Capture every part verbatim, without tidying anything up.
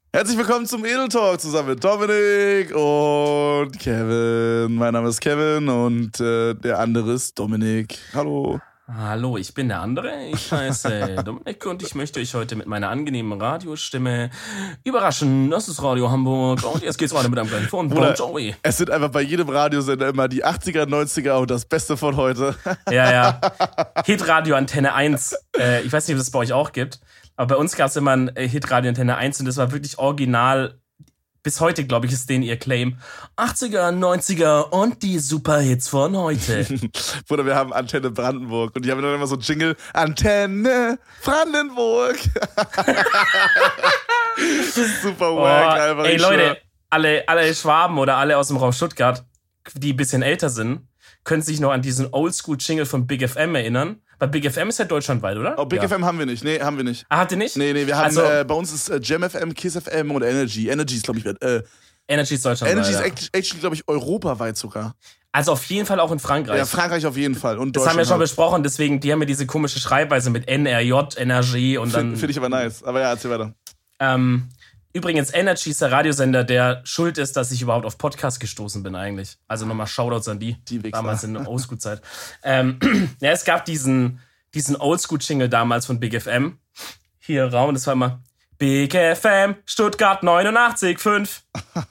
Herzlich willkommen zum Edel Talk zusammen mit Dominik und Kevin. Mein Name ist Kevin und äh, der andere ist Dominik. Hallo. Hallo, ich bin der andere. Ich heiße Dominik und ich möchte euch heute mit meiner angenehmen Radiostimme überraschen. Das ist Radio Hamburg und jetzt geht's weiter mit einem kleinen von Bon Jovi. Es sind einfach bei jedem Radiosender immer die achtziger, neunziger und das Beste von heute. Ja, ja. Hitradio Antenne eins. Äh, ich weiß nicht, ob es bei euch auch gibt. Aber bei uns gab es immer ein Hitradio Antenne eins und das war wirklich original. Bis heute, glaube ich, ist den ihr Claim. achtziger, neunziger und die Superhits von heute. Bruder, wir haben Antenne Brandenburg und die haben dann immer so einen Jingle. Antenne Brandenburg. Super wack, oh, einfach. Ey, Leute, alle, alle Schwaben oder alle aus dem Raum Stuttgart, die ein bisschen älter sind, können sich noch an diesen Oldschool-Jingle von Big F M erinnern. Weil Big F M ist ja deutschlandweit, oder? Oh, Big ja. F M haben wir nicht. Nee, haben wir nicht. Ah, habt ihr nicht? Nee, nee, wir haben, also, äh, bei uns ist äh, Jam F M, Kiss F M und Energy. Energy ist, glaube ich, äh, Energy ist deutschlandweit. Energy ist actually, glaube ich, europaweit sogar. Also auf jeden Fall auch in Frankreich. Ja, Frankreich auf jeden Fall. Und das haben wir schon besprochen, deswegen, die haben ja diese komische Schreibweise mit N R J, Energy und dann... Finde ich aber nice. Aber ja, erzähl weiter. Ähm... Übrigens, Energy ist der Radiosender, der schuld ist, dass ich überhaupt auf Podcast gestoßen bin eigentlich. Also nochmal Shoutouts an die, die damals in der Oldschool-Zeit. ähm, ja, es gab diesen, diesen Oldschool-Jingle damals von Big F M. Hier Raum, das war immer Big F M, Stuttgart neunundachtzig Komma fünf.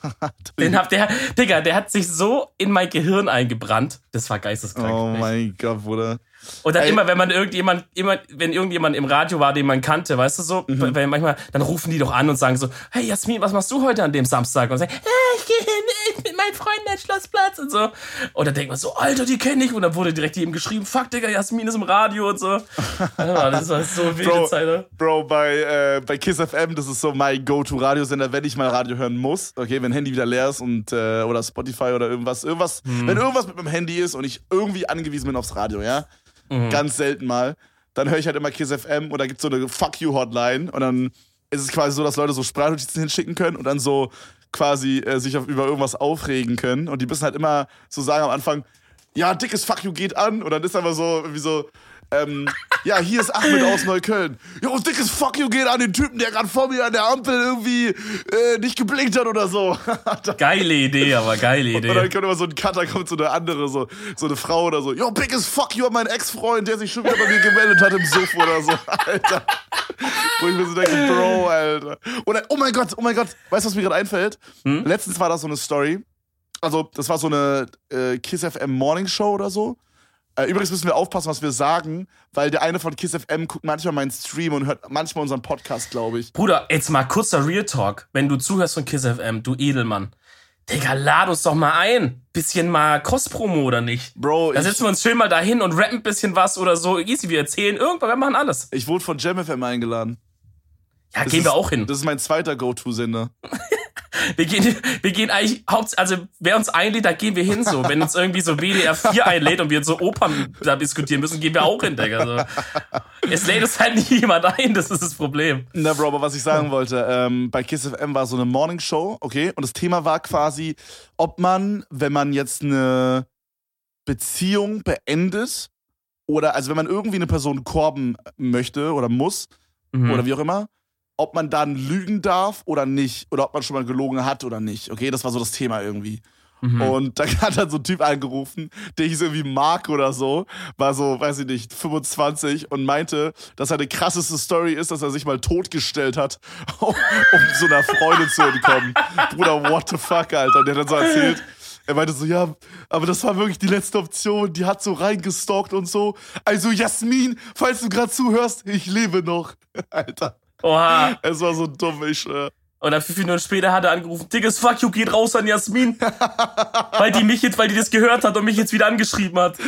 Den habt der, Digga, der hat sich so in mein Gehirn eingebrannt. Das war geisteskrank. Oh mein Gott, Bruder. Und dann Ey. immer, wenn man irgendjemand, immer, wenn irgendjemand im Radio war, den man kannte, weißt du so, mhm. weil manchmal, dann rufen die doch an und sagen so, hey Jasmin, was machst du heute an dem Samstag? Und sagen, hey, ich gehe hin mit meinen Freunden an den Schlossplatz und so. Und dann denkt man so, Alter, die kenne ich. Und dann wurde direkt jedem geschrieben, fuck, Digga, Jasmin ist im Radio und so. Ja, das war so wilde Bro, Zeit, ne? Bro, bei, äh, bei Kiss F M, das ist so mein Go-To-Radiosender, wenn ich mal Radio hören muss. Okay, wenn Handy wieder leer ist und, äh, oder Spotify oder irgendwas, irgendwas, hm. wenn irgendwas mit meinem Handy ist und ich irgendwie angewiesen bin aufs Radio, ja. Mhm. Ganz selten mal. Dann höre ich halt immer Kiss F M und da gibt's so eine Fuck You Hotline und dann ist es quasi so, dass Leute so Sprachnotizen hinschicken können und dann so quasi äh, sich auf, über irgendwas aufregen können und die müssen halt immer so sagen am Anfang, ja, dickes Fuck You geht an und dann ist aber so irgendwie so, ähm, ja, hier ist Ahmed aus Neukölln. Jo, dickes Fuck You geht an den Typen, der gerade vor mir an der Ampel irgendwie äh, nicht geblinkt hat oder so. Geile Idee, aber geile Idee. Und dann kommt immer so ein Cutter, kommt so eine andere, so, so eine Frau oder so. Jo, biggest Fuck You an meinen Ex-Freund, der sich schon wieder bei mir gemeldet hat im Suff oder so. Alter. Wo ich mir so denke, Bro, Alter. Oder, oh mein Gott, oh mein Gott, weißt du, was mir gerade einfällt? Hm? Letztens war das so eine Story. Also, das war so eine äh, Kiss F M Morning Show oder so. Übrigens müssen wir aufpassen, was wir sagen, weil der eine von Kiss F M guckt manchmal meinen Stream und hört manchmal unseren Podcast, glaube ich. Bruder, jetzt mal kurzer Real Talk. Wenn du zuhörst von Kiss F M, du Edelmann. Digga, lad uns doch mal ein. Bisschen mal Cross-Promo, oder nicht? Bro, da setzen wir uns schön mal dahin und rappen ein bisschen was oder so. Easy, wir erzählen irgendwann, wir machen alles. Ich wurde von Jam F M eingeladen. Ja, das gehen ist, wir auch hin. Das ist mein zweiter Go-To-Sender. Wir gehen, wir gehen eigentlich, also wer uns einlädt, da gehen wir hin so. Wenn uns irgendwie so W D R vier einlädt und wir so Opern da diskutieren müssen, gehen wir auch hin, Digga. Also, es lädt uns halt nicht jemand ein, das ist das Problem. Na Bro, aber was ich sagen wollte, ähm, bei Kiss F M war so eine Morning Show, okay? Und das Thema war quasi, ob man, wenn man jetzt eine Beziehung beendet oder, also wenn man irgendwie eine Person korben möchte oder muss mhm. oder wie auch immer, ob man dann lügen darf oder nicht. Oder ob man schon mal gelogen hat oder nicht. Okay, das war so das Thema irgendwie. Mhm. Und da hat dann so ein Typ angerufen, der hieß irgendwie Mark oder so, war so, weiß ich nicht, fünfundzwanzig und meinte, dass seine krasseste Story ist, dass er sich mal totgestellt hat, um, um so einer Freundin zu entkommen. Bruder, what the fuck, Alter. Und der hat dann so erzählt, er meinte so, ja, aber das war wirklich die letzte Option, die hat so reingestalkt und so. Also Jasmin, falls du gerade zuhörst, ich lebe noch. Alter. Oha. Es war so dumm, ich schwör. Und dann fünf Minuten später hat er angerufen, dickes Fuck You geht raus an Jasmin. weil die mich jetzt, weil die das gehört hat und mich jetzt wieder angeschrieben hat.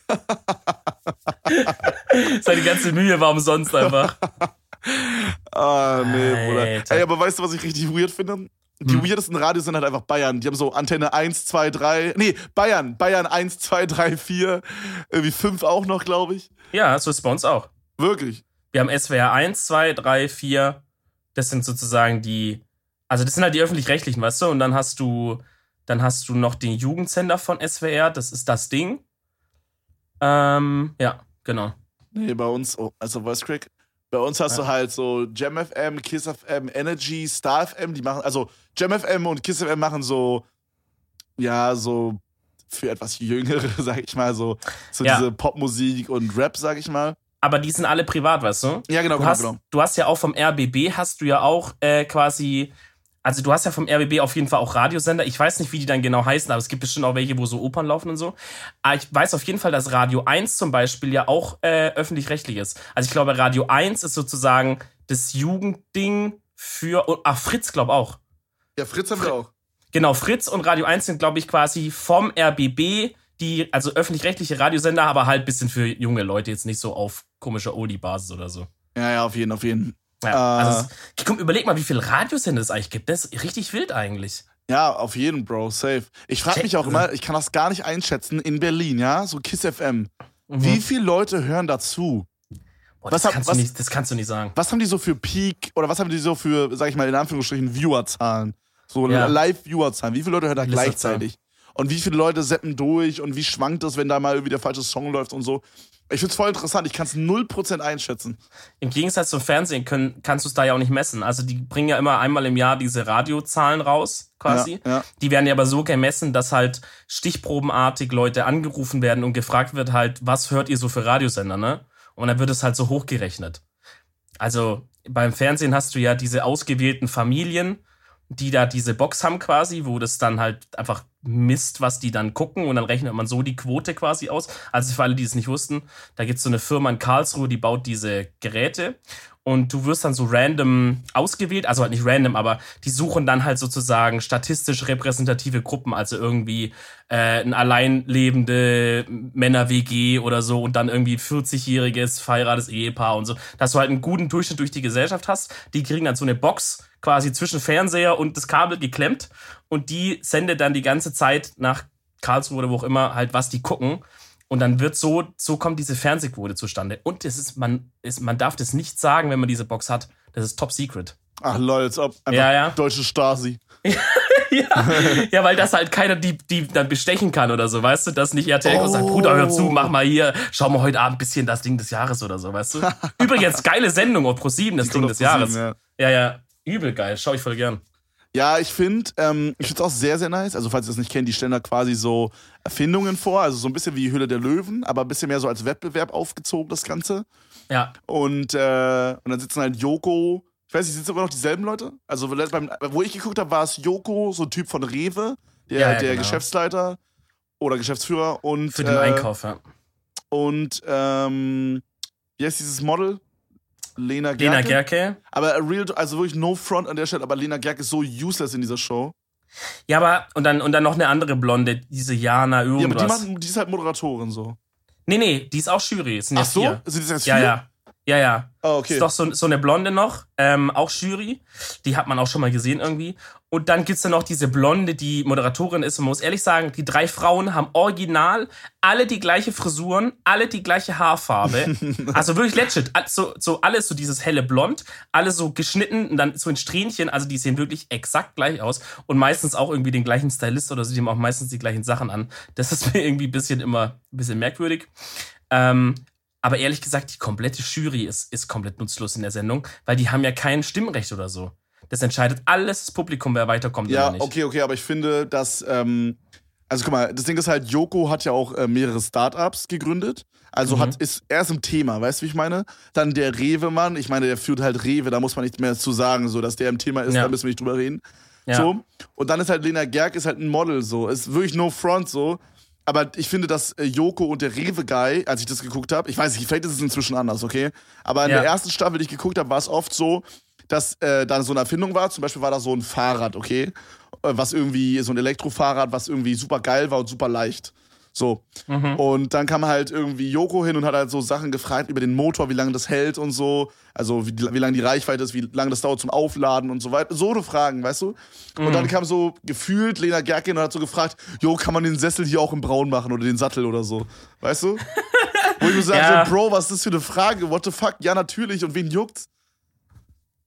Seine ganze Mühe war umsonst einfach. Ah, nee, Bruder. Ey, aber weißt du, was ich richtig weird finde? Die hm. weirdesten Radios sind halt einfach Bayern. Die haben so Antenne eins, zwei, drei. Nee, Bayern. Bayern eins, zwei, drei, vier. Irgendwie fünf auch noch, glaube ich. Ja, so ist es bei uns auch. Wirklich? Wir haben S W R eins, zwei, drei, vier. Das sind sozusagen die, also das sind halt die Öffentlich-Rechtlichen, weißt du? Und dann hast du, dann hast du noch den Jugendsender von S W R, das ist das Ding. Ähm, ja, genau. Nee, bei uns, oh, also Voice Crack, Bei uns hast Ja. du halt so Jam F M, Kiss F M, Energy, Star F M, die machen, also Jam F M und Kiss F M machen so, ja, so für etwas Jüngere, sag ich mal, so, so Ja. diese Popmusik und Rap, sag ich mal. Aber die sind alle privat, weißt du? Ja, genau, Du genau, hast, genau. du hast ja auch vom R B B, hast du ja auch äh, quasi, also du hast ja vom R B B auf jeden Fall auch Radiosender. Ich weiß nicht, wie die dann genau heißen, aber es gibt bestimmt auch welche, wo so Opern laufen und so. Aber ich weiß auf jeden Fall, dass Radio eins zum Beispiel ja auch äh, öffentlich-rechtlich ist. Also ich glaube, Radio eins ist sozusagen das Jugendding für, oh, ach, Fritz glaube auch. Ja, Fritz haben wir auch. Genau, Fritz und Radio eins sind, glaube ich, quasi vom R B B, die, also öffentlich-rechtliche Radiosender, aber halt ein bisschen für junge Leute, jetzt nicht so auf komischer Oldie-Basis oder so. Ja, ja, auf jeden, auf jeden. Ja, Äh, also es, komm, überleg mal, wie viele Radiosender es eigentlich gibt. Das ist richtig wild eigentlich. Ja, auf jeden, Bro, safe. Ich frage Check- mich auch immer, ich kann das gar nicht einschätzen, in Berlin, ja, so Kiss F M. Mhm. Wie viele Leute hören dazu? Boah, was das, hab- kannst was- du nicht, das kannst du nicht sagen. Was haben die so für Peak, oder was haben die so für, sag ich mal, in Anführungsstrichen, Viewerzahlen? So Ja. Live-Viewerzahlen. Wie viele Leute hören da Listerzahlen. gleichzeitig? Und wie viele Leute seppen durch und wie schwankt das, wenn da mal irgendwie der falsche Song läuft und so? Ich find's voll interessant, ich kann es null Prozent einschätzen. Im Gegensatz zum Fernsehen können, kannst du es da ja auch nicht messen. Also die bringen ja immer einmal im Jahr diese Radiozahlen raus, quasi. Ja, ja. Die werden ja aber so gemessen, dass halt stichprobenartig Leute angerufen werden und gefragt wird halt, was hört ihr so für Radiosender, ne? Und dann wird es halt so hochgerechnet. Also beim Fernsehen hast du ja diese ausgewählten Familien, die da diese Box haben quasi, wo das dann halt einfach misst, was die dann gucken und dann rechnet man so die Quote quasi aus. Also für alle, die es nicht wussten, da gibt es so eine Firma in Karlsruhe, die baut diese Geräte und du wirst dann so random ausgewählt, also halt nicht random, aber die suchen dann halt sozusagen statistisch repräsentative Gruppen, also irgendwie äh, ein alleinlebende Männer-W G oder so und dann irgendwie ein vierzig-jähriges verheiratetes Ehepaar und so, dass du halt einen guten Durchschnitt durch die Gesellschaft hast. Die kriegen dann so eine Box quasi zwischen Fernseher und das Kabel geklemmt und die sendet dann die ganze Zeit nach Karlsruhe oder wo auch immer halt, was die gucken. Und dann wird so, so kommt diese Fernsehquote zustande. Und es ist, man, ist, man darf das nicht sagen, wenn man diese Box hat. Das ist top secret. Ach lol, als ob einfach Ja, ja. deutsche Stasi. ja, ja, weil das halt keiner die, die dann bestechen kann oder so, weißt du? Dass nicht R T L oh. sagt, Bruder, hör zu, mach mal hier, schau mal heute Abend ein bisschen das Ding des Jahres oder so, weißt du? Übrigens, geile Sendung auf ProSieben, das Die Ding kommt des auf Jahres. ProSieben, Ja, ja, übel geil, schau ich voll gern. Ja, ich finde, ähm, ich finde es auch sehr, sehr nice. Also, falls ihr das nicht kennt, die stellen da quasi so Erfindungen vor. Also, so ein bisschen wie Hülle der Löwen, aber ein bisschen mehr so als Wettbewerb aufgezogen, das Ganze. Ja. Und, äh, und dann sitzen halt Joko, ich weiß nicht, sitzen aber noch dieselben Leute? Also, beim, wo ich geguckt habe, war es Joko, so ein Typ von Rewe, der, Ja, ja, der genau. Geschäftsleiter oder Geschäftsführer. Und, Für den äh, Einkauf, ja. Und, ähm, wie heißt dieses Model? Lena Gerke. Lena Gerke. Aber real, also wirklich no front an der Stelle, aber Lena Gerke ist so useless in dieser Show. Ja, aber, und dann, und dann noch eine andere Blonde, diese Jana Ja, aber irgendwas. die, machen, die ist halt Moderatorin so. nee, nee, die ist auch Jury. Es sind Ach ja so? vier. Sind das jetzt Ja, vier? ja. Ja, ja. Oh, okay. Ist doch so, so eine Blonde noch, ähm, auch Jury. Die hat man auch schon mal gesehen irgendwie. Und dann gibt's dann noch diese Blonde, die Moderatorin ist. Und man muss ehrlich sagen, die drei Frauen haben original alle die gleiche Frisuren, alle die gleiche Haarfarbe. Also wirklich legit. So, so alles so dieses helle Blond, alle so geschnitten und dann so in Strähnchen. Also die sehen wirklich exakt gleich aus. Und meistens auch irgendwie den gleichen Stylist oder so. Die haben auch meistens die gleichen Sachen an. Das ist mir irgendwie ein bisschen immer ein bisschen merkwürdig. Ähm, Aber ehrlich gesagt, die komplette Jury ist, ist komplett nutzlos in der Sendung, weil die haben ja kein Stimmrecht oder so. Das entscheidet alles das Publikum, wer weiterkommt Ja, oder nicht. okay, okay, aber ich finde, dass, ähm, also guck mal, das Ding ist halt, Joko hat ja auch äh, mehrere Startups gegründet. Also Mhm. hat, ist, er ist im Thema, weißt du, wie ich meine? Dann der Rewe-Mann, ich meine, der führt halt Rewe, da muss man nicht mehr zu sagen, so, dass der im Thema ist, Ja. da müssen wir nicht drüber reden. Ja. So. Und dann ist halt Lena Gerke, ist halt ein Model, so. Ist wirklich no front, so. Aber ich finde, dass äh, Joko und der Rewe-Guy, als ich das geguckt habe, ich weiß nicht, vielleicht ist es inzwischen anders, okay? Aber in Ja. der ersten Staffel, die ich geguckt habe, war es oft so, dass äh, da so eine Erfindung war. Zum Beispiel war da so ein Fahrrad, okay? Äh, Was irgendwie, so ein Elektrofahrrad, was irgendwie super geil war und super leicht. So. Mhm. Und dann kam halt irgendwie Joko hin und hat halt so Sachen gefragt über den Motor, wie lange das hält und so. Also wie, wie lange die Reichweite ist, wie lange das dauert zum Aufladen und so weiter. So eine Fragen, weißt du? Und dann kam so gefühlt Lena Gerke und hat so gefragt, jo, kann man den Sessel hier auch in braun machen oder den Sattel oder so. Weißt du? Wo ich mir sage, Ja. so, Bro, was ist das für eine Frage? What the fuck? Ja, natürlich. Und wen juckt's?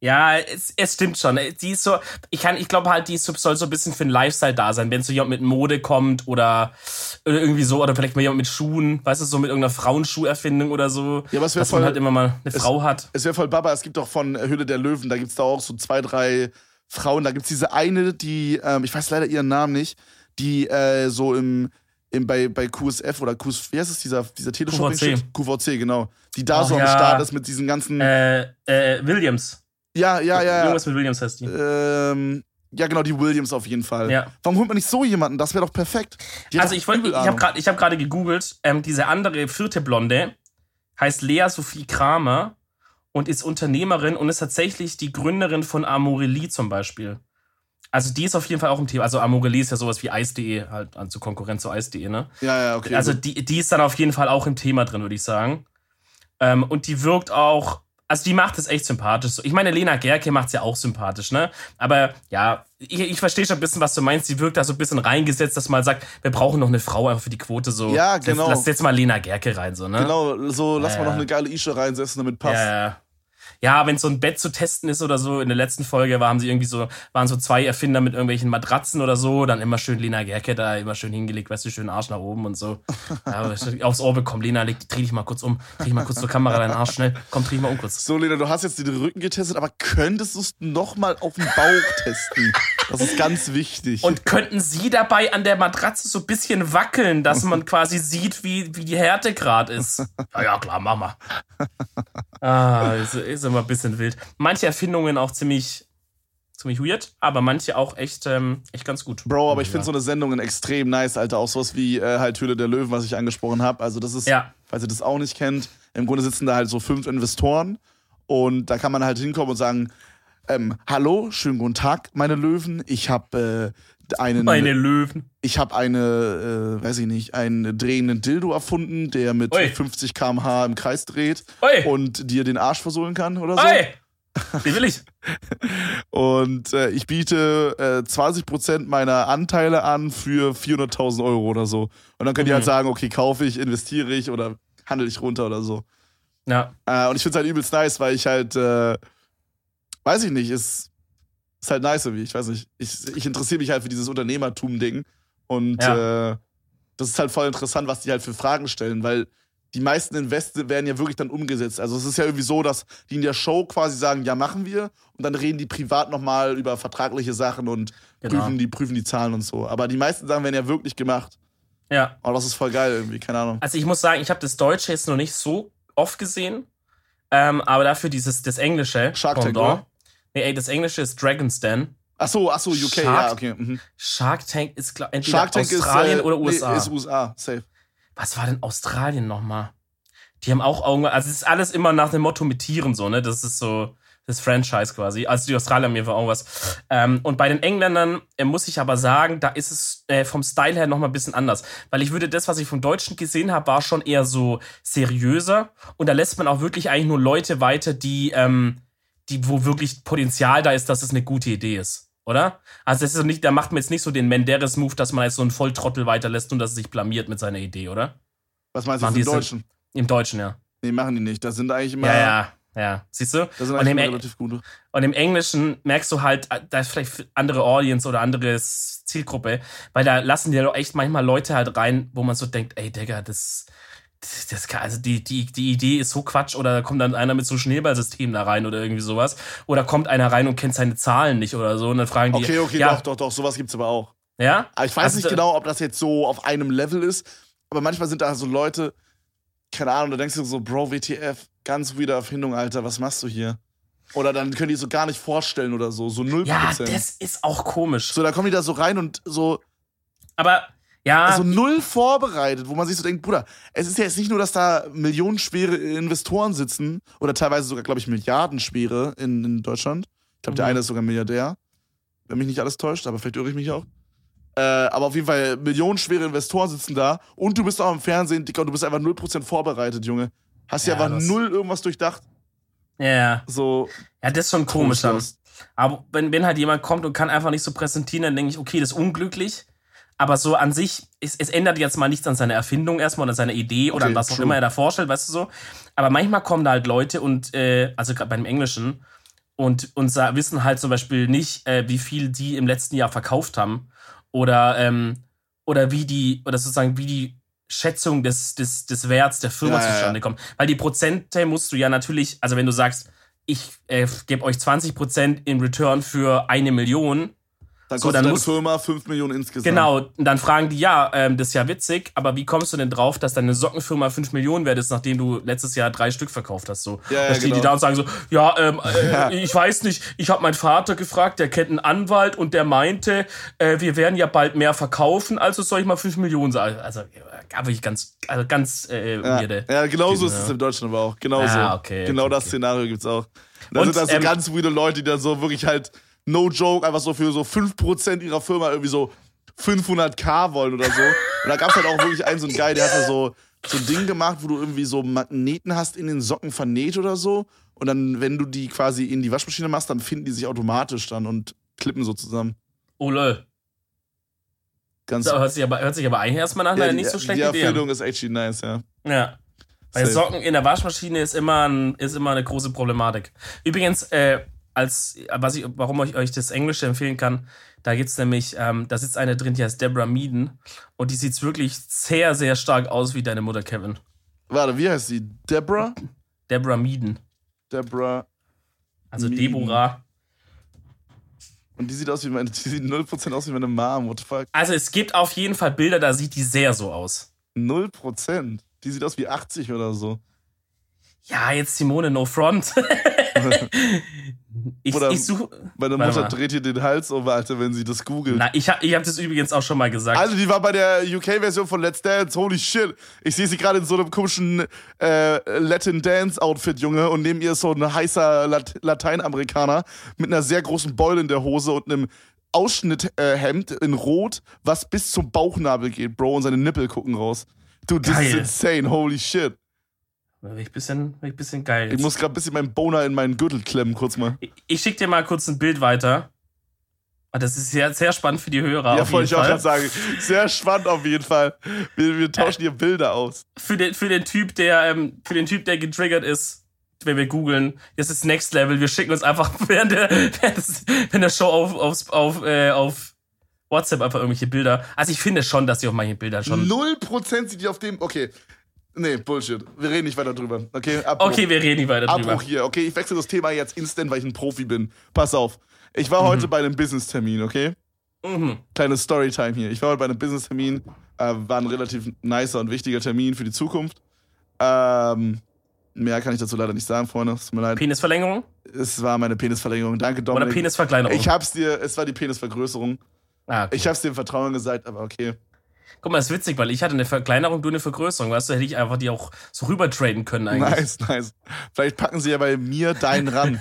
Ja, es, es stimmt schon. Die ist so, ich kann, ich glaube halt, die ist, soll so ein bisschen für den Lifestyle da sein, wenn so jemand mit Mode kommt oder, oder irgendwie so, oder vielleicht mal jemand mit Schuhen, weißt du, so mit irgendeiner Frauenschuherfindung oder so. Ja, aber es wäre dass voll, man halt immer mal eine es, Frau hat. Es wäre voll Baba, es gibt auch von Höhle der Löwen, da gibt's da auch so zwei, drei Frauen, da gibt's diese eine, die, ähm, ich weiß leider ihren Namen nicht, die äh, so im, im bei, bei Q S F oder Q S, wie heißt es, dieser, dieser Teleshopping? Q V C, genau. Die da Ach, so am ja. Start ist mit diesen ganzen... Äh, äh, Williams. Ja, ja, ja. Irgendwas mit Williams heißt die. Ähm, ja, genau, die Williams auf jeden Fall. Ja. Warum holt man nicht so jemanden? Das wäre doch perfekt. Also ich, wollt, ich habe gerade hab gerade gegoogelt, ähm, diese andere vierte Blonde heißt Lea Sophie Kramer und ist Unternehmerin und ist tatsächlich die Gründerin von Amorelie zum Beispiel. Also die ist auf jeden Fall auch im Thema. Also Amorelie ist ja sowas wie Eis punkt de, halt also Konkurrenz zu Eis punkt de, ne? Ja, ja, okay. Also die, die ist dann auf jeden Fall auch im Thema drin, würde ich sagen. Ähm, und die wirkt auch, also die macht es echt sympathisch. Ich meine, Lena Gerke macht es ja auch sympathisch, ne? Aber ja, ich, ich verstehe schon ein bisschen, was du meinst. Sie wirkt da so ein bisschen reingesetzt, dass man sagt, wir brauchen noch eine Frau einfach für die Quote. So. Ja, genau. Lass jetzt mal Lena Gerke rein, so, ne? Genau, so lass ja, mal noch eine geile Ische reinsetzen, damit passt. Ja, ja. Ja, wenn so ein Bett zu testen ist oder so, in der letzten Folge waren sie irgendwie so, waren so zwei Erfinder mit irgendwelchen Matratzen oder so, dann immer schön Lena Gerke da, immer schön hingelegt, weißt du, schön Arsch nach oben und so. Ja, aufs Ohr bekommen, Lena, leg, dreh dich mal kurz um, dreh dich mal kurz zur Kamera deinen Arsch, schnell, komm, dreh dich mal um kurz. So, Lena, du hast jetzt den Rücken getestet, aber könntest du es nochmal auf den Bauch testen? Das ist ganz wichtig. Und könnten sie dabei an der Matratze so ein bisschen wackeln, dass man quasi sieht, wie, wie die Härtegrad ist? Ja, ja, klar, mach mal. Ah, ist, ist immer ein bisschen wild. Manche Erfindungen auch ziemlich, ziemlich weird, aber manche auch echt, ähm, echt ganz gut. Bro, aber ich finde so eine Sendungen extrem nice, Alter. Auch sowas wie äh, halt Höhle der Löwen, was ich angesprochen habe. Also das ist, ja. falls ihr das auch nicht kennt, im Grunde sitzen da halt so fünf Investoren und da kann man halt hinkommen und sagen, ähm, hallo, schönen guten Tag, meine Löwen. Ich habe äh, einen... Meine Löwen. Ich habe eine, äh, weiß ich nicht, einen drehenden Dildo erfunden, der mit Oi. fünfzig Kilometer pro Stunde im Kreis dreht Oi. und dir den Arsch versohlen kann oder so. Oi. Den will ich. Und äh, ich biete äh, zwanzig Prozent meiner Anteile an für vierhunderttausend Euro oder so. Und dann könnt ihr Mhm. halt sagen, okay, kaufe ich, investiere ich oder handle ich runter oder so. Ja. Äh, und ich finde es halt übelst nice, weil ich halt, äh, weiß ich nicht, ist, ist halt nice irgendwie. Ich weiß nicht, ich, ich interessiere mich halt für dieses Unternehmertum-Ding. Und Ja. äh, das ist halt voll interessant, was die halt für Fragen stellen, weil die meisten Investe werden ja wirklich dann umgesetzt. Also es ist ja irgendwie so, dass die in der Show quasi sagen, ja, machen wir. Und dann reden die privat nochmal über vertragliche Sachen und Genau. prüfen, die, prüfen die Zahlen und so. Aber die meisten Sachen werden ja wirklich gemacht. Ja. Aber das ist voll geil irgendwie, keine Ahnung. Also ich muss sagen, ich habe das Deutsche jetzt noch nicht so oft gesehen, ähm, aber dafür dieses, das Englische. Shark Tank, Pendant. oder? Nee, ey, das Englische ist Dragon's Den. Ach so, ach so, U K, Shark- ja, okay. Mhm. Shark Tank ist glaub, entweder Shark Tank Australien ist, äh, oder U S A. Nee, ist U S A, safe. Was war denn Australien nochmal? Die haben auch irgendwas, also es ist alles immer nach dem Motto mit Tieren so, ne? Das ist so das Franchise quasi. Also die Australier haben mir auch was. Ähm, und bei den Engländern äh, muss ich aber sagen, da ist es äh, vom Style her nochmal ein bisschen anders. Weil ich würde, das, was ich vom Deutschen gesehen habe, war schon eher so seriöser. Und da lässt man auch wirklich eigentlich nur Leute weiter, die, ähm, die, wo wirklich Potenzial da ist, dass es eine gute Idee ist. Oder? Also das ist nicht, da macht man jetzt nicht so den Menderes-Move, dass man jetzt so einen Volltrottel weiterlässt und dass er sich blamiert mit seiner Idee, oder? Was meinst du Machen jetzt im die Deutschen? Im Deutschen, ja. Nee, machen die nicht. Das sind eigentlich immer, Ja, ja, ja. Siehst du? das sind Und eigentlich im, immer Eng- relativ gute. und im Englischen merkst du halt, da ist vielleicht andere Audience oder andere Zielgruppe, weil da lassen die ja echt manchmal Leute halt rein, wo man so denkt, ey, Digga, das, das, das kann, also die, die, die Idee ist so Quatsch, oder da kommt dann einer mit so einem Schneeballsystem da rein oder irgendwie sowas. Oder kommt einer rein und kennt seine Zahlen nicht oder so und dann fragen die, Okay, okay, ja, doch, doch, doch, sowas gibt's aber auch. ja? Aber ich weiß Also nicht da- genau, ob das jetzt so auf einem Level ist, aber manchmal sind da so Leute, keine Ahnung, da denkst du so, Bro, W T F, ganz weirde Erfindung, Alter, was machst du hier? Oder dann können die so gar nicht vorstellen oder so, so null Ja, Prozent. das ist auch komisch. So, da kommen die da so rein und so, Aber, ja, so null vorbereitet, wo man sich so denkt, Bruder, es ist ja jetzt nicht nur, dass da millionenschwere Investoren sitzen oder teilweise sogar, glaube ich, milliardenschwere in, in Deutschland. Ich glaube, der Mhm. eine ist sogar Milliardär, wenn mich nicht alles täuscht, aber vielleicht irre ich mich auch. Äh, aber auf jeden Fall, millionenschwere Investoren sitzen da und du bist auch im Fernsehen, Dicker, und du bist einfach null Prozent vorbereitet, Junge. Hast ja, Ja, einfach das- null irgendwas durchdacht. ja, ja. So, Ja, das ist schon komisch dann. trostlos. Aber wenn, wenn halt jemand kommt und kann einfach nicht so präsentieren, dann denke ich, okay, das ist unglücklich. Aber so an sich, es, es ändert jetzt mal nichts an seiner Erfindung erstmal oder an seiner Idee oder Okay, an was auch true. immer er da vorstellt, weißt du so. Aber manchmal kommen da halt Leute und, äh, also gerade beim Englischen, und, und sa- wissen halt zum Beispiel nicht, äh, wie viel die im letzten Jahr verkauft haben oder, ähm, oder wie die, oder sozusagen wie die Schätzung des, des, des Werts der Firma Ja, ja, zustande ja. kommt. Weil die Prozente musst du ja natürlich, also wenn du sagst, ich äh, gebe euch zwanzig Prozent in Return für eine Million, Dann So, kostet dann deine muss- Firma fünf Millionen insgesamt. genau, und dann fragen die, ja, ähm, das ist ja witzig, aber wie kommst du denn drauf, dass deine Sockenfirma fünf Millionen wert ist, nachdem du letztes Jahr drei Stück verkauft hast? So. Ja, ja, da stehen genau. die da und sagen so, ja, ähm, äh, Ja. ich weiß nicht, ich habe meinen Vater gefragt, der kennt einen Anwalt und der meinte, äh, wir werden ja bald mehr verkaufen, also soll ich mal fünf Millionen sagen. Also, ja, wirklich ganz, also ganz äh, Ja, weirde. ja genau so Typen, ist es ja. in Deutschland aber auch. Genau so. Ah, okay, genau okay, das okay. Szenario gibt's auch. Da Und, sind da so ähm, ganz weirde Leute, die dann so wirklich halt, no joke, einfach so für so fünf Prozent ihrer Firma irgendwie so fünfhunderttausend wollen oder so. Und da gab's halt auch wirklich einen so einen Guy, der hat da so, so ein Ding gemacht, wo du irgendwie so Magneten hast in den Socken vernäht oder so. Und dann, wenn du die quasi in die Waschmaschine machst, dann finden die sich automatisch dann und klippen so zusammen. Oh lol. Ganz Das hört sich aber, hört sich aber eigentlich erstmal nach ja, einer die, nicht so die schlechten Idee an. Erfindung ist actually nice, ja. Ja. Weil Safe. Socken in der Waschmaschine ist immer, ein, ist immer eine große Problematik. Übrigens, äh, als, was ich, warum ich euch das Englische empfehlen kann, da gibt's nämlich, ähm, da sitzt eine drin, die heißt Deborah Meaden und die sieht wirklich sehr, sehr stark aus wie deine Mutter, Kevin. Warte, wie heißt sie? Deborah? Deborah Meaden. Deborah. Also Meaden. Deborah. Und die sieht aus wie meine, die sieht null Prozent aus wie meine Mom, what the fuck? Also es gibt auf jeden Fall Bilder, da sieht die sehr so aus. null Prozent? Die sieht aus wie achtzig oder so. Ja, jetzt Simone, no front. ich Oder ich suche. Meine Warte Mutter mal. dreht ihr den Hals um, Alter, wenn sie das googelt. Na, ich habe ich hab das übrigens auch schon mal gesagt. Also, die war bei der U K-Version von Let's Dance. Holy shit. Ich sehe sie gerade in so einem komischen äh, Latin Dance-Outfit, Junge. Und neben ihr ist so ein heißer Lat Lateinamerikaner mit einer sehr großen Beule in der Hose und einem Ausschnitthemd in Rot, was bis zum Bauchnabel geht, Bro. Und seine Nippel gucken raus. Dude, das ist Geil. insane. Holy shit. Da bin ich ein bisschen, bin ich ein bisschen geil. Ich Jetzt. muss gerade ein bisschen meinen Boner in meinen Gürtel klemmen, kurz mal. Ich, ich schicke dir mal kurz ein Bild weiter. Und das ist sehr, sehr spannend für die Hörer. Ja, auf wollte jeden ich auch Fall. gerade sagen. Sehr spannend auf jeden Fall. Wir, wir tauschen hier Bilder aus. Für den, für den Typ, der, ähm, für den Typ, der getriggert ist, wenn wir googeln, das ist Next Level. Wir schicken uns einfach während der, während des, während der Show auf, auf, auf, äh, auf WhatsApp einfach irgendwelche Bilder. Also ich finde schon, dass sie auf manche Bilder schon. Null Prozent sieht die auf dem. Okay. Nee, Bullshit. Wir reden nicht weiter drüber. Okay, Abbruch. Okay, wir reden nicht weiter drüber. Abbruch hier. Okay, ich wechsle das Thema jetzt instant, weil ich ein Profi bin. Pass auf. Ich war heute bei einem Business-Termin, okay? Mhm. Kleine Storytime hier. Ich war heute bei einem Business-Termin. Äh, war ein relativ nicer und wichtiger Termin für die Zukunft. Ähm, mehr kann ich dazu leider nicht sagen, Freunde. Es tut mir leid. Penisverlängerung Es war meine Penisverlängerung. Danke, oder Dominik. Penisverkleinerung? Ich hab's dir, es war die Penisvergrößerung. ah, okay. Ich hab's dir im Vertrauen gesagt, aber okay. Guck mal, das ist witzig, weil ich hatte eine Verkleinerung, du eine Vergrößerung. Weißt du, hätte ich einfach die auch so rüber traden können eigentlich. Nice, nice. Vielleicht packen sie ja bei mir deinen ran.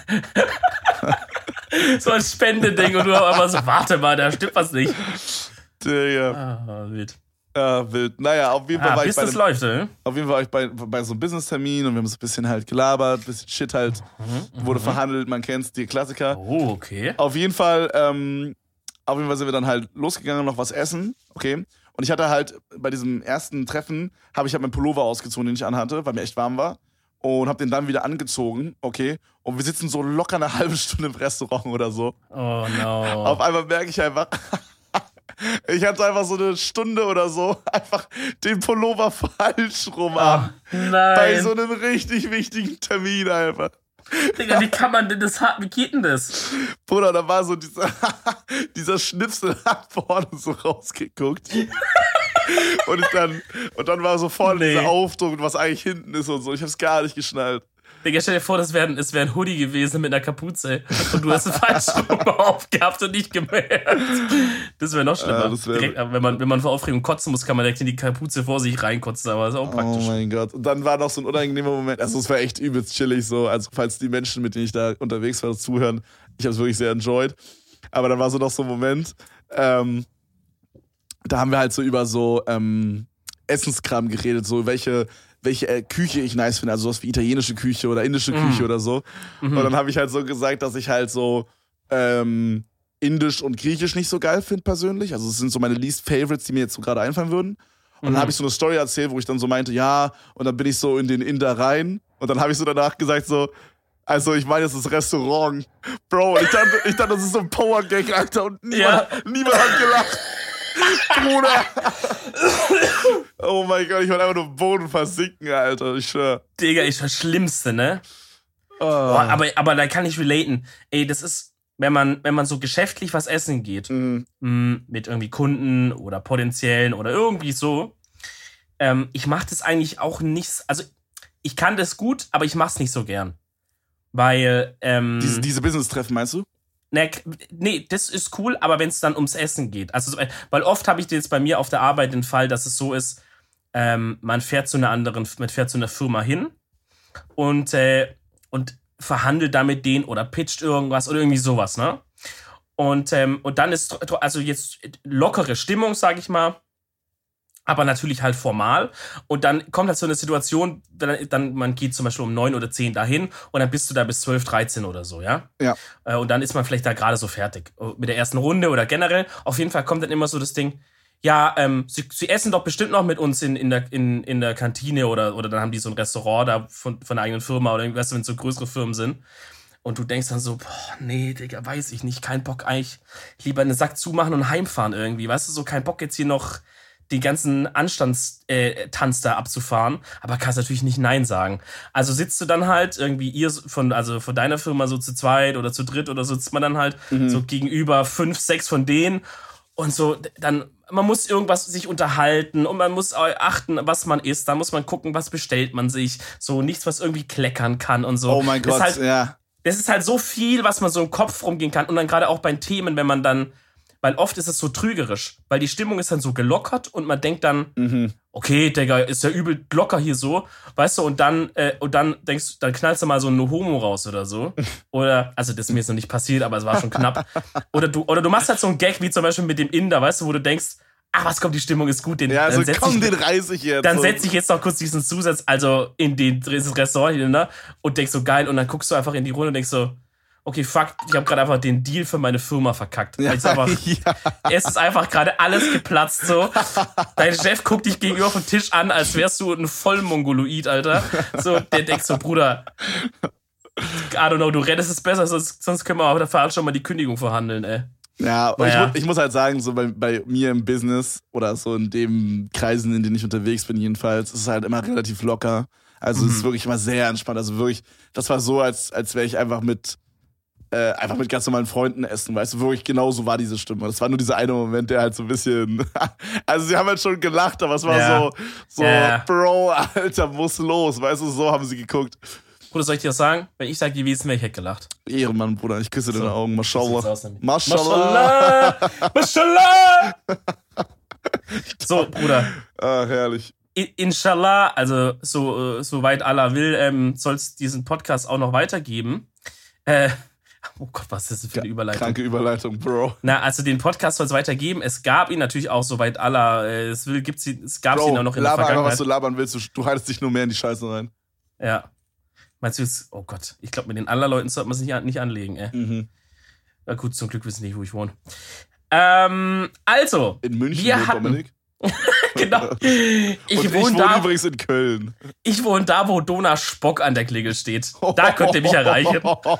So ein Spendeding und du aber so, warte mal, da stimmt was nicht. Digga. Ah, wild. Ja, wild. Naja, auf jeden Fall Ah, war ich bis bei das einem, läuft, ne? auf jeden Fall war ich bei, bei so einem Business-Termin und wir haben so ein bisschen halt gelabert, ein bisschen Shit halt, wurde verhandelt, man kennt's, die Klassiker. Oh, okay. Auf jeden Fall, ähm, auf jeden Fall sind wir dann halt losgegangen, noch was essen, okay? Und ich hatte halt bei diesem ersten Treffen, habe ich halt meinen Pullover ausgezogen, den ich anhatte, weil mir echt warm war. Und habe den dann wieder angezogen, okay? Und wir sitzen so locker eine halbe Stunde im Restaurant oder so. Oh no. Auf einmal merke ich einfach, ich hatte einfach so eine Stunde oder so einfach den Pullover falsch rum an. Nein. Bei so einem richtig wichtigen Termin einfach. Digga, wie kann man denn das haben? Wie geht denn das? Bruder, da war so dieser, dieser Schnipsel hat vorne so rausgeguckt. Und, ich dann, und dann war so vorne Nee. dieser Aufdruck, was eigentlich hinten ist und so. Ich hab's gar nicht geschnallt. Digga, stell dir vor, das wäre das wär ein Hoodie gewesen mit einer Kapuze und du hast es falsch rum aufgehabt und nicht gemerkt. Das wäre noch schlimmer. Ja, das wär- direkt, wenn, man, wenn man vor Aufregung kotzen muss, kann man direkt in die Kapuze vor sich reinkotzen, aber das ist auch Oh praktisch. mein Gott. Und dann war noch so ein unangenehmer Moment. Also es war echt übelst chillig so. Also falls die Menschen, mit denen ich da unterwegs war, zuhören, ich habe es wirklich sehr enjoyed. Aber dann war so noch so ein Moment, ähm, da haben wir halt so über so ähm, Essenskram geredet, so welche welche äh, Küche ich nice finde, also sowas wie italienische Küche oder indische Küche oder so. Und dann habe ich halt so gesagt, dass ich halt so ähm, Indisch und Griechisch nicht so geil finde persönlich. Also es sind so meine least favorites, die mir jetzt so gerade einfallen würden. Und dann habe ich so eine Story erzählt, wo ich dann so meinte, ja, und dann bin ich so in den Inder rein und dann habe ich so danach gesagt so, Also, ich meine, das ist Restaurant. Bro, ich dachte, ich dachte, das ist so ein Power-Gag, Alter. Und niemand, Ja. niemand hat gelacht. Bruder. Oh mein Gott, ich wollte einfach nur im Boden versinken, Alter. Ich schwör. Digga, ich war das Schlimmste, ne? Oh. Boah, aber, aber da kann ich relaten. Ey, das ist, wenn man, wenn man so geschäftlich was essen geht, Mhm. mh, mit irgendwie Kunden oder potenziellen oder irgendwie so, ähm, ich mach das eigentlich auch nicht, also ich kann das gut, aber ich mach's nicht so gern. Weil, ähm, Diese, diese Business-Treffen, meinst du? ne, nee, das ist cool, aber wenn es dann ums Essen geht. Also, so- weil oft habe ich jetzt bei mir auf der Arbeit den Fall, dass es so ist, ähm, man fährt zu einer anderen, man fährt zu einer Firma hin und, äh, und verhandelt da mit denen oder pitcht irgendwas oder irgendwie sowas, ne? Und, ähm, und dann ist tr- also jetzt lockere Stimmung, sag ich mal, aber natürlich halt formal. Und dann kommt halt so eine Situation, dann, dann man geht zum Beispiel um neun oder zehn dahin und dann bist du da bis zwölf, dreizehn oder so, ja? Ja. Äh, Und dann ist man vielleicht da gerade so fertig mit der ersten Runde oder generell. Auf jeden Fall kommt dann immer so das Ding, ja, ähm, sie, sie essen doch bestimmt noch mit uns in, in, der, in, in der Kantine oder, oder dann haben die so ein Restaurant da von, von der eigenen Firma oder irgendwas, wenn es so größere Firmen sind. Und du denkst dann so, boah, nee, Digga, weiß ich nicht, kein Bock eigentlich, lieber einen Sack zumachen und heimfahren irgendwie, weißt du, so kein Bock jetzt hier noch den ganzen Anstandstanz äh, Tanz da abzufahren, aber kannst natürlich nicht Nein sagen. Also sitzt du dann halt irgendwie ihr von, also von deiner Firma so zu zweit oder zu dritt oder so, sitzt man dann halt Mhm. so gegenüber fünf, sechs von denen und so, dann, man muss irgendwas sich unterhalten und man muss achten, was man isst, da muss man gucken, was bestellt man sich, so nichts, was irgendwie kleckern kann und so. Oh mein Das Gott, ist halt, ja. das ist halt so viel, was man so im Kopf rumgehen kann. Und dann gerade auch bei Themen, wenn man dann, weil oft ist es so trügerisch, weil die Stimmung ist dann so gelockert und man denkt dann, Mhm. okay, Digga, ist ja übel locker hier so, weißt du, und dann, äh, und dann denkst du, dann knallst du mal so einen Homo raus oder so. Oder, also das ist mir jetzt noch nicht passiert, aber es war schon knapp. Oder du, oder du machst halt so einen Gag, wie zum Beispiel mit dem Inder, weißt du, wo du denkst, ach, was kommt, die Stimmung ist gut, den, Ja, also dann setz komm, ich, den reiße ich jetzt. dann So. setze ich jetzt noch kurz diesen Zusatz, also in den, dieses Restaurant hier, ne, und denkst so, geil, und dann guckst du einfach in die Runde und denkst so, okay, fuck, ich habe gerade einfach den Deal für meine Firma verkackt. Ja, Jetzt einfach, ja. es ist einfach gerade alles geplatzt so. Dein Chef guckt dich gegenüber vom Tisch an, als wärst du ein Vollmongoloid, Alter. So, der denkt so, Bruder, I don't know, du rettest es besser, sonst, sonst können wir aber dafür schon mal die Kündigung verhandeln, ey. Ja, aber Naja. ich, mu- ich muss halt sagen, so bei, bei mir im Business oder so in den Kreisen, in denen ich unterwegs bin, jedenfalls, ist es halt immer relativ locker. Also es ist wirklich immer sehr entspannt. Also wirklich, das war so, als, als wäre ich einfach mit äh, einfach mit ganz normalen Freunden essen, weißt du, wirklich genau so war diese Stimme. Das war nur dieser eine Moment, der halt so ein bisschen, also sie haben halt schon gelacht, aber es war Ja. so, so, Ja. Bro, Alter, muss los, weißt du, so haben sie geguckt. Bruder, soll ich dir das sagen? Wenn ich sage gewesen wäre, ich hätte gelacht. Ehrenmann, Bruder, ich küsse So. deine Augen, So sieht's Mashallah. aus nämlich. Mashallah. Mashallah! Mashallah! So, Bruder. Ah, herrlich. I- Inshallah, also so, äh, soweit Allah will, ähm, soll es diesen Podcast auch noch weitergeben. Äh, oh Gott, was ist das für eine Überleitung? Kranke Überleitung, Bro. Na, also den Podcast soll es weitergeben. Es gab ihn natürlich auch, soweit Allah äh, es will, gibt's ihn, es gab ihn Bro, auch noch in der laber einfach, Vergangenheit. was du labern willst. Du, du haltest dich nur mehr in die Scheiße rein. Ja. Meinst du jetzt, oh Gott, ich glaube, mit den Allah-Leuten sollte man sich nicht, an- nicht anlegen, ey. Mhm. Na gut, zum Glück wissen die nicht, wo ich wohne. Ähm, also, In München, wir wohnt hatten, Dominik. genau, ich Und ich wohne wohne da, übrigens in Köln. ich wohne da, wo Dona Spock an der Klingel steht. Da könnt ihr mich erreichen.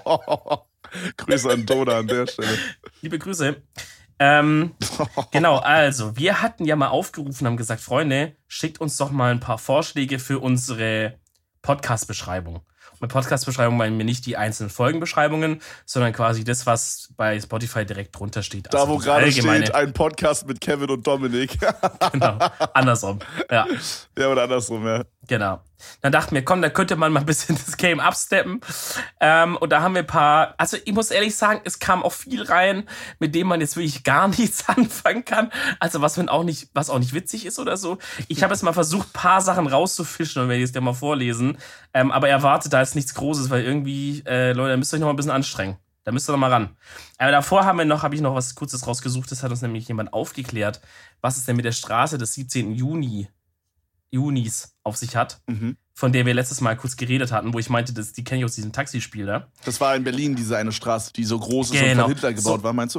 Grüße an Dona an der Stelle. Liebe Grüße. Ähm, genau, also, wir hatten ja mal aufgerufen, haben gesagt, Freunde, schickt uns doch mal ein paar Vorschläge für unsere Podcast-Beschreibung. Und mit Podcast-Beschreibung meinen wir nicht die einzelnen Folgenbeschreibungen, sondern quasi das, was bei Spotify direkt drunter steht. Da, Also wo diese gerade allgemeine- steht, ein Podcast mit Kevin und Dominik. Genau, andersrum. Ja, Ja, oder andersrum, ja. genau. Dann dachten wir, komm, da könnte man mal ein bisschen das Game absteppen. Ähm, und da haben wir ein paar, also ich muss ehrlich sagen, es kam auch viel rein, mit dem man jetzt wirklich gar nichts anfangen kann. Also was man auch nicht, was auch nicht witzig ist oder so. Ich habe jetzt mal versucht, ein paar Sachen rauszufischen und werde jetzt dir mal vorlesen. Ähm, aber erwartet da jetzt nichts Großes, weil irgendwie, äh, Leute, da müsst ihr euch noch mal ein bisschen anstrengen. Da müsst ihr noch mal ran. Aber davor haben wir noch, habe ich noch was Kurzes rausgesucht. Das hat uns nämlich jemand aufgeklärt, was es denn mit der Straße des siebzehnten Juni Junis auf sich hat, Mhm. von der wir letztes Mal kurz geredet hatten, wo ich meinte, dass, die kenne ich aus diesem Taxispiel da. Das war in Berlin, diese eine Straße, die so groß ist und Genau. von Hitler gebaut So- war, meinst du?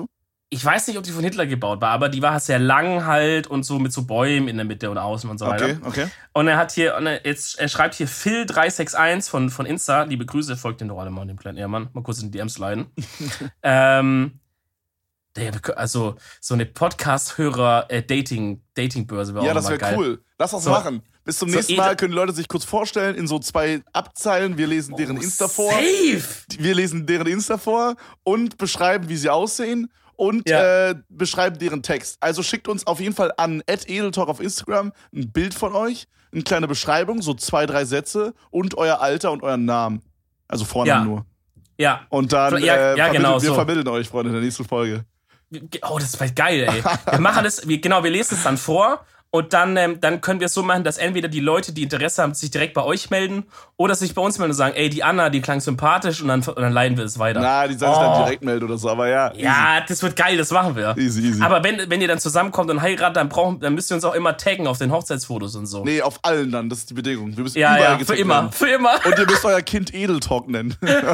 ich weiß nicht, ob die von Hitler gebaut war, aber die war sehr lang halt und so mit so Bäumen in der Mitte und außen und so weiter. Okay, okay. Und er hat hier, und er, jetzt, er schreibt hier Phil drei sechs eins von, von Insta, liebe Grüße, folgt den doch alle mal, dem kleinen Ehrmann, mal kurz in die D Ms leiten. ähm, der, also so eine Podcast-Hörer-Dating, Dating-Börse wäre ja, auch das wäre wäre cool. Lass das so machen. Bis zum so nächsten edel- Mal können die Leute sich kurz vorstellen in so zwei Abzeilen. Wir lesen deren Oh, Insta vor. Safe! Wir lesen deren Insta vor und beschreiben, wie sie aussehen und Ja. äh, beschreiben deren Text. Also schickt uns auf jeden Fall an at edeltalk auf Instagram ein Bild von euch, eine kleine Beschreibung, so zwei, drei Sätze und euer Alter und euren Namen. Also Vornamen Ja. nur. Ja. Und dann Ja, äh, ja, vermitteln, genau wir so. vermitteln euch, Freunde, in der nächsten Folge. Oh, das wäre geil, ey. Wir machen das, wir, genau, wir lesen es dann vor und dann, ähm, dann können wir es so machen, dass entweder die Leute, die Interesse haben, sich direkt bei euch melden oder sich bei uns melden und sagen, ey, die Anna, die klang sympathisch und dann, und dann leiten wir es weiter. Na, die sollen sich Oh. dann direkt melden oder so, aber ja. Ja, das wird geil, das machen wir. Easy, easy. Aber wenn, wenn ihr dann zusammenkommt und heiratet, dann brauchen, dann müsst ihr uns auch immer taggen auf den Hochzeitsfotos und so. Nee, auf allen dann, das ist die Bedingung. Wir müssen ja, überall ja, für getaggt immer, werden. für immer. Und ihr müsst euer Kind Edeltalk nennen.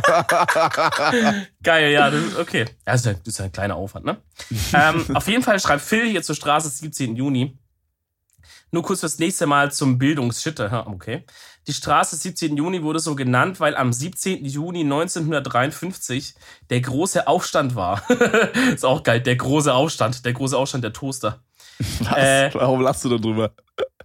Geil, ja, das, okay. Ja, das ist, ja, das ist ja ein kleiner Aufwand, ne? ähm, auf jeden Fall schreibt Phil hier zur Straße siebzehnten Juni. Nur kurz fürs nächste Mal zum Bildungsshit. Okay. Die Straße siebzehnten Juni wurde so genannt, weil am siebzehnten Juni neunzehnhundertdreiundfünfzig der große Aufstand war. Ist auch geil, der große Aufstand, der große Aufstand der Toaster. Was? Äh, Warum lachst du da drüber?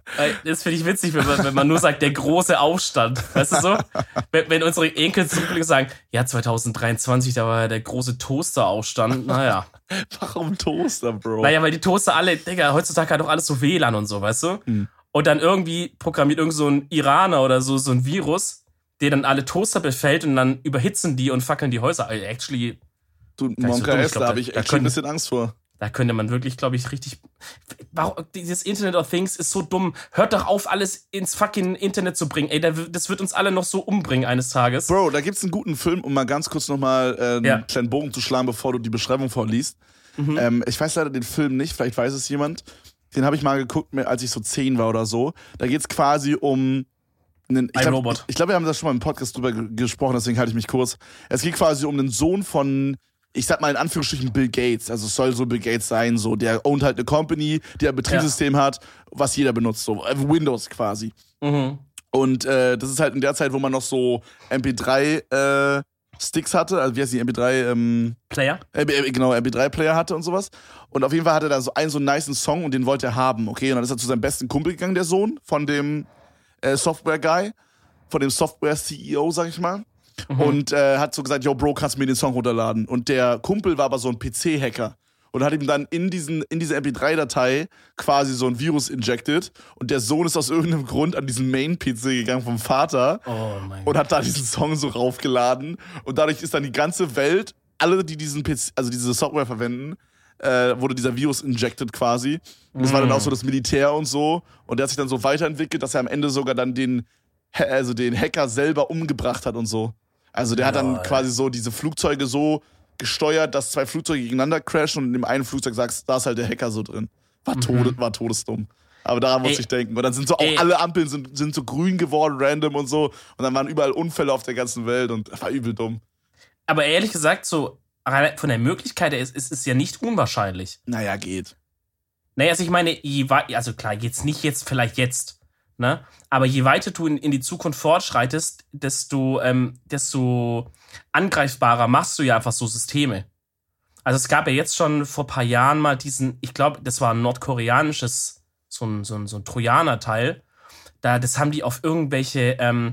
Das finde ich witzig, wenn man, wenn man nur sagt, der große Aufstand. Weißt du so? Wenn, wenn unsere Enkel zurückblicken und sagen, ja, zwanzig dreiundzwanzig, da war ja der große Toaster-Aufstand. Naja. Warum Toaster, Bro? Naja, weil die Toaster alle, Digga, heutzutage hat doch alles so W L A N und so, weißt du? Hm. Und dann irgendwie programmiert irgend so ein Iraner oder so, so ein Virus, der dann alle Toaster befällt und dann überhitzen die und fackeln die Häuser. Also actually, Du, Gar nicht so Monka dumm, ich S, glaub, da da- habe ich da echt schon ein können- bisschen Angst vor. da könnte man wirklich, glaube ich, richtig. Warum, dieses Internet of Things ist so dumm. Hört doch auf, alles ins fucking Internet zu bringen. Ey, das wird uns alle noch so umbringen eines Tages. Bro, da gibt's einen guten Film, um mal ganz kurz nochmal äh, einen Ja. kleinen Bogen zu schlagen, bevor du die Beschreibung vorliest. Mhm. Ähm, ich weiß leider den Film nicht, vielleicht weiß es jemand. Den habe ich mal geguckt, als ich so zehn war oder so. Da geht's quasi um einen, ich Ein glaub, Robot. Ich, ich glaube, wir haben da schon mal im Podcast drüber ge- gesprochen, deswegen halte ich mich kurz. Es geht quasi um den Sohn von, ich sag mal in Anführungsstrichen, Bill Gates. Also es soll so Bill Gates sein, so der ownt halt eine Company, die ein Betriebssystem hat, was jeder benutzt, so äh, Windows quasi. Mhm. Und äh, das ist halt in der Zeit, wo man noch so M P drei äh, Sticks hatte, also wie heißt die, M P drei, ähm, Player? äh, äh, genau, M P drei Player hatte und sowas. Und auf jeden Fall hatte er da so einen so einen nicen Song und den wollte er haben, okay? Und dann ist er zu seinem besten Kumpel gegangen, der Sohn von dem äh, Software-Guy, von dem Software-C E O, sag ich mal. Mhm. Und äh, hat so gesagt, yo, Bro, kannst du mir den Song runterladen? Und der Kumpel war aber so ein P C-Hacker. Und hat ihm dann in, diesen, in diese M P drei Datei quasi so ein Virus injected. Und der Sohn ist aus irgendeinem Grund an diesen Main-P C gegangen vom Vater Oh mein und Gott. hat da diesen Song so raufgeladen. Und dadurch ist dann die ganze Welt, alle, die diesen P C, also diese Software verwenden, äh, wurde dieser Virus injected quasi. Und das war dann auch so das Militär und so. Und der hat sich dann so weiterentwickelt, dass er am Ende sogar dann den, Ha- also den Hacker selber umgebracht hat und so. Also der hat dann Lol. quasi so diese Flugzeuge so gesteuert, dass zwei Flugzeuge gegeneinander crashen und in dem einen Flugzeug sagst, da ist halt der Hacker so drin. War, tode, war todesdumm. Aber daran muss Ey. ich denken. Und dann sind so auch Ey. alle Ampeln sind, sind so grün geworden, random und so. Und dann waren überall Unfälle auf der ganzen Welt und das war übel dumm. Aber ehrlich gesagt, so von der Möglichkeit her ist ist es ja nicht unwahrscheinlich. Naja, geht. Naja, also ich meine, je wei- also klar, jetzt nicht jetzt, vielleicht jetzt, ne? Aber je weiter du in, in die Zukunft fortschreitest, desto, ähm, desto angreifbarer machst du ja einfach so Systeme. Also es gab ja jetzt schon vor ein paar Jahren mal diesen, ich glaube, das war ein nordkoreanisches, so ein, so ein, so ein Trojaner-Teil. Da, das haben die auf irgendwelche, ähm,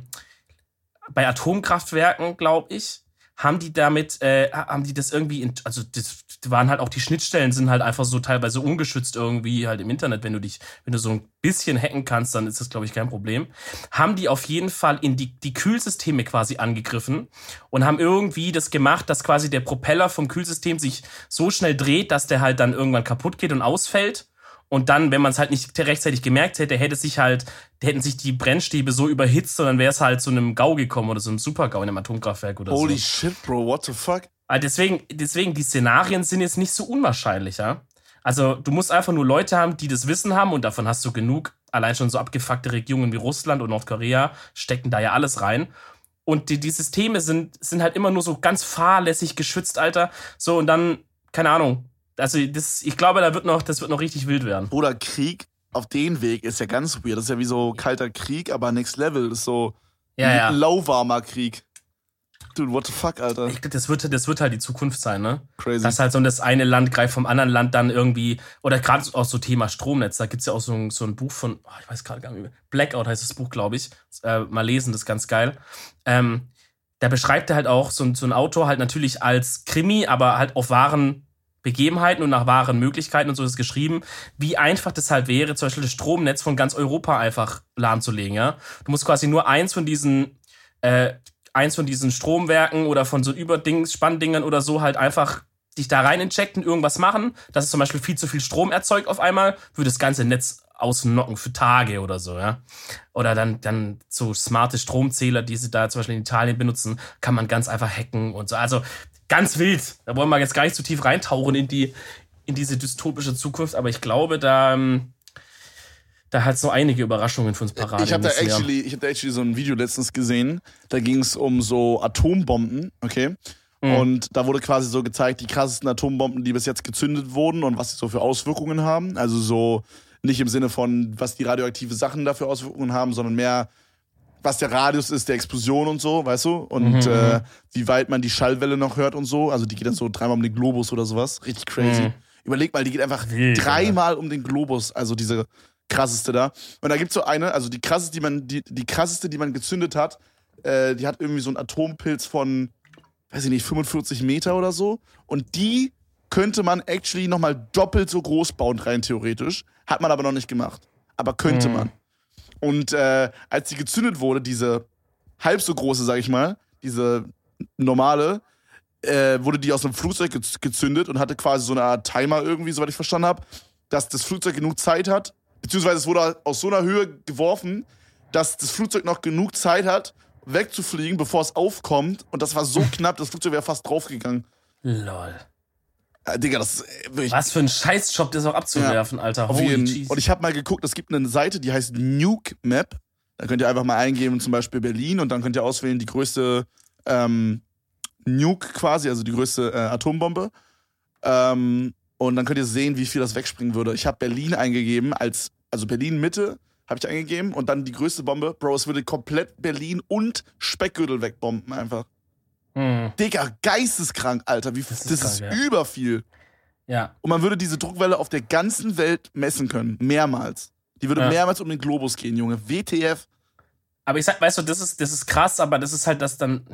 bei Atomkraftwerken, glaube ich, haben die damit, äh, haben die das irgendwie, in, also das waren halt auch die Schnittstellen, sind halt einfach so teilweise ungeschützt irgendwie halt im Internet. Wenn du dich, wenn du so ein bisschen hacken kannst, dann ist das, glaube ich, kein Problem. Haben die auf jeden Fall in die, die Kühlsysteme quasi angegriffen und haben irgendwie das gemacht, dass quasi der Propeller vom Kühlsystem sich so schnell dreht, dass der halt dann irgendwann kaputt geht und ausfällt. Und dann, wenn man es halt nicht rechtzeitig gemerkt hätte, hätte sich halt, hätten sich die Brennstäbe so überhitzt und dann wäre es halt zu einem GAU gekommen oder so einem Super-GAU in einem Atomkraftwerk oder Holy so. shit, Bro, what the fuck? Aber deswegen, deswegen, die Szenarien sind jetzt nicht so unwahrscheinlich, ja. Also, du musst einfach nur Leute haben, die das Wissen haben und davon hast du genug. Allein schon so abgefuckte Regionen wie Russland und Nordkorea stecken da ja alles rein. Und die, die Systeme sind, sind halt immer nur so ganz fahrlässig geschützt, Alter. So, und dann, keine Ahnung, also das, ich glaube, da wird noch, das wird noch richtig wild werden. Oder Krieg auf den Weg ist ja ganz weird. Das ist ja wie so kalter Krieg, aber next level. Das ist so ja, ja. lauwarmer Krieg. Dude, what the fuck, Alter? Ich, das, wird, das wird halt die Zukunft sein, ne? Crazy. Dass halt so das eine Land greift vom anderen Land dann irgendwie, oder gerade auch so Thema Stromnetz, da gibt's ja auch so ein, so ein Buch von, oh, ich weiß gerade gar nicht mehr, Blackout heißt das Buch, glaube ich. Äh, mal lesen, das ist ganz geil. Ähm, da beschreibt er halt auch so, so ein Autor halt natürlich als Krimi, aber halt auf wahren Begebenheiten und nach wahren Möglichkeiten und so ist geschrieben, wie einfach das halt wäre, zum Beispiel das Stromnetz von ganz Europa einfach lahmzulegen, ja? Du musst quasi nur eins von diesen, äh, eins von diesen Stromwerken oder von so Überdings, Spanndingern oder so halt einfach dich da rein injecten, irgendwas machen, dass es zum Beispiel viel zu viel Strom erzeugt auf einmal, würde das ganze Netz ausnocken für Tage oder so, ja. Oder dann, dann so smarte Stromzähler, die sie da zum Beispiel in Italien benutzen, kann man ganz einfach hacken und so. Also ganz wild. Da wollen wir jetzt gar nicht zu tief reintauchen in die, in diese dystopische Zukunft, aber ich glaube, da, ähm, da hat so einige Überraschungen für uns parat. Ich habe da, actually, ich hab da actually so ein Video letztens gesehen, da ging es um so Atombomben, okay? Mhm. Und da wurde quasi so gezeigt, die krassesten Atombomben, die bis jetzt gezündet wurden und was sie so für Auswirkungen haben. Also so nicht im Sinne von, was die radioaktive Sachen da für Auswirkungen haben, sondern mehr, was der Radius ist der Explosion und so, weißt du? Und mhm. äh, wie weit man die Schallwelle noch hört und so. Also die geht dann so dreimal um den Globus oder sowas. Richtig crazy. Mhm. Überleg mal, die geht einfach Wild, dreimal oder? um den Globus. Also diese krasseste da. Und da gibt's so eine, also die krasseste, die man, die, die krasseste, die man gezündet hat, äh, die hat irgendwie so einen Atompilz von, weiß ich nicht, fünfundvierzig Meter oder so. Und die könnte man actually nochmal doppelt so groß bauen, rein theoretisch. Hat man aber noch nicht gemacht. Aber könnte mhm. man. Und äh, als die gezündet wurde, diese halb so große, sag ich mal, diese normale, äh, wurde die aus einem Flugzeug gez- gezündet und hatte quasi so eine Art Timer irgendwie, soweit ich verstanden habe, dass das Flugzeug genug Zeit hat, beziehungsweise es wurde aus so einer Höhe geworfen, dass das Flugzeug noch genug Zeit hat, wegzufliegen, bevor es aufkommt. Und das war so knapp, das Flugzeug wäre fast draufgegangen. Lol. Ja, Digga, das ist wirklich... Was für ein Scheißjob, das auch abzuwerfen, ja, Alter. Holy jeden, und ich habe mal geguckt, es gibt eine Seite, die heißt Nuke Map. Da könnt ihr einfach mal eingeben, zum Beispiel Berlin, und dann könnt ihr auswählen, die größte ähm, Nuke quasi, also die größte äh, Atombombe. Ähm, und dann könnt ihr sehen, wie viel das wegspringen würde. Ich habe Berlin eingegeben, als also Berlin-Mitte habe ich eingegeben und dann die größte Bombe. Bro, es würde komplett Berlin und Speckgürtel wegbomben einfach. Hm. Digga, geisteskrank, Alter. Wie, das ist, das ist geil, ja. über viel. Ja. Und man würde diese Druckwelle auf der ganzen Welt messen können. Mehrmals. Die würde ja. mehrmals um den Globus gehen, Junge. W T F. Aber ich sag, weißt du, das ist, das ist krass, aber das ist halt das dann.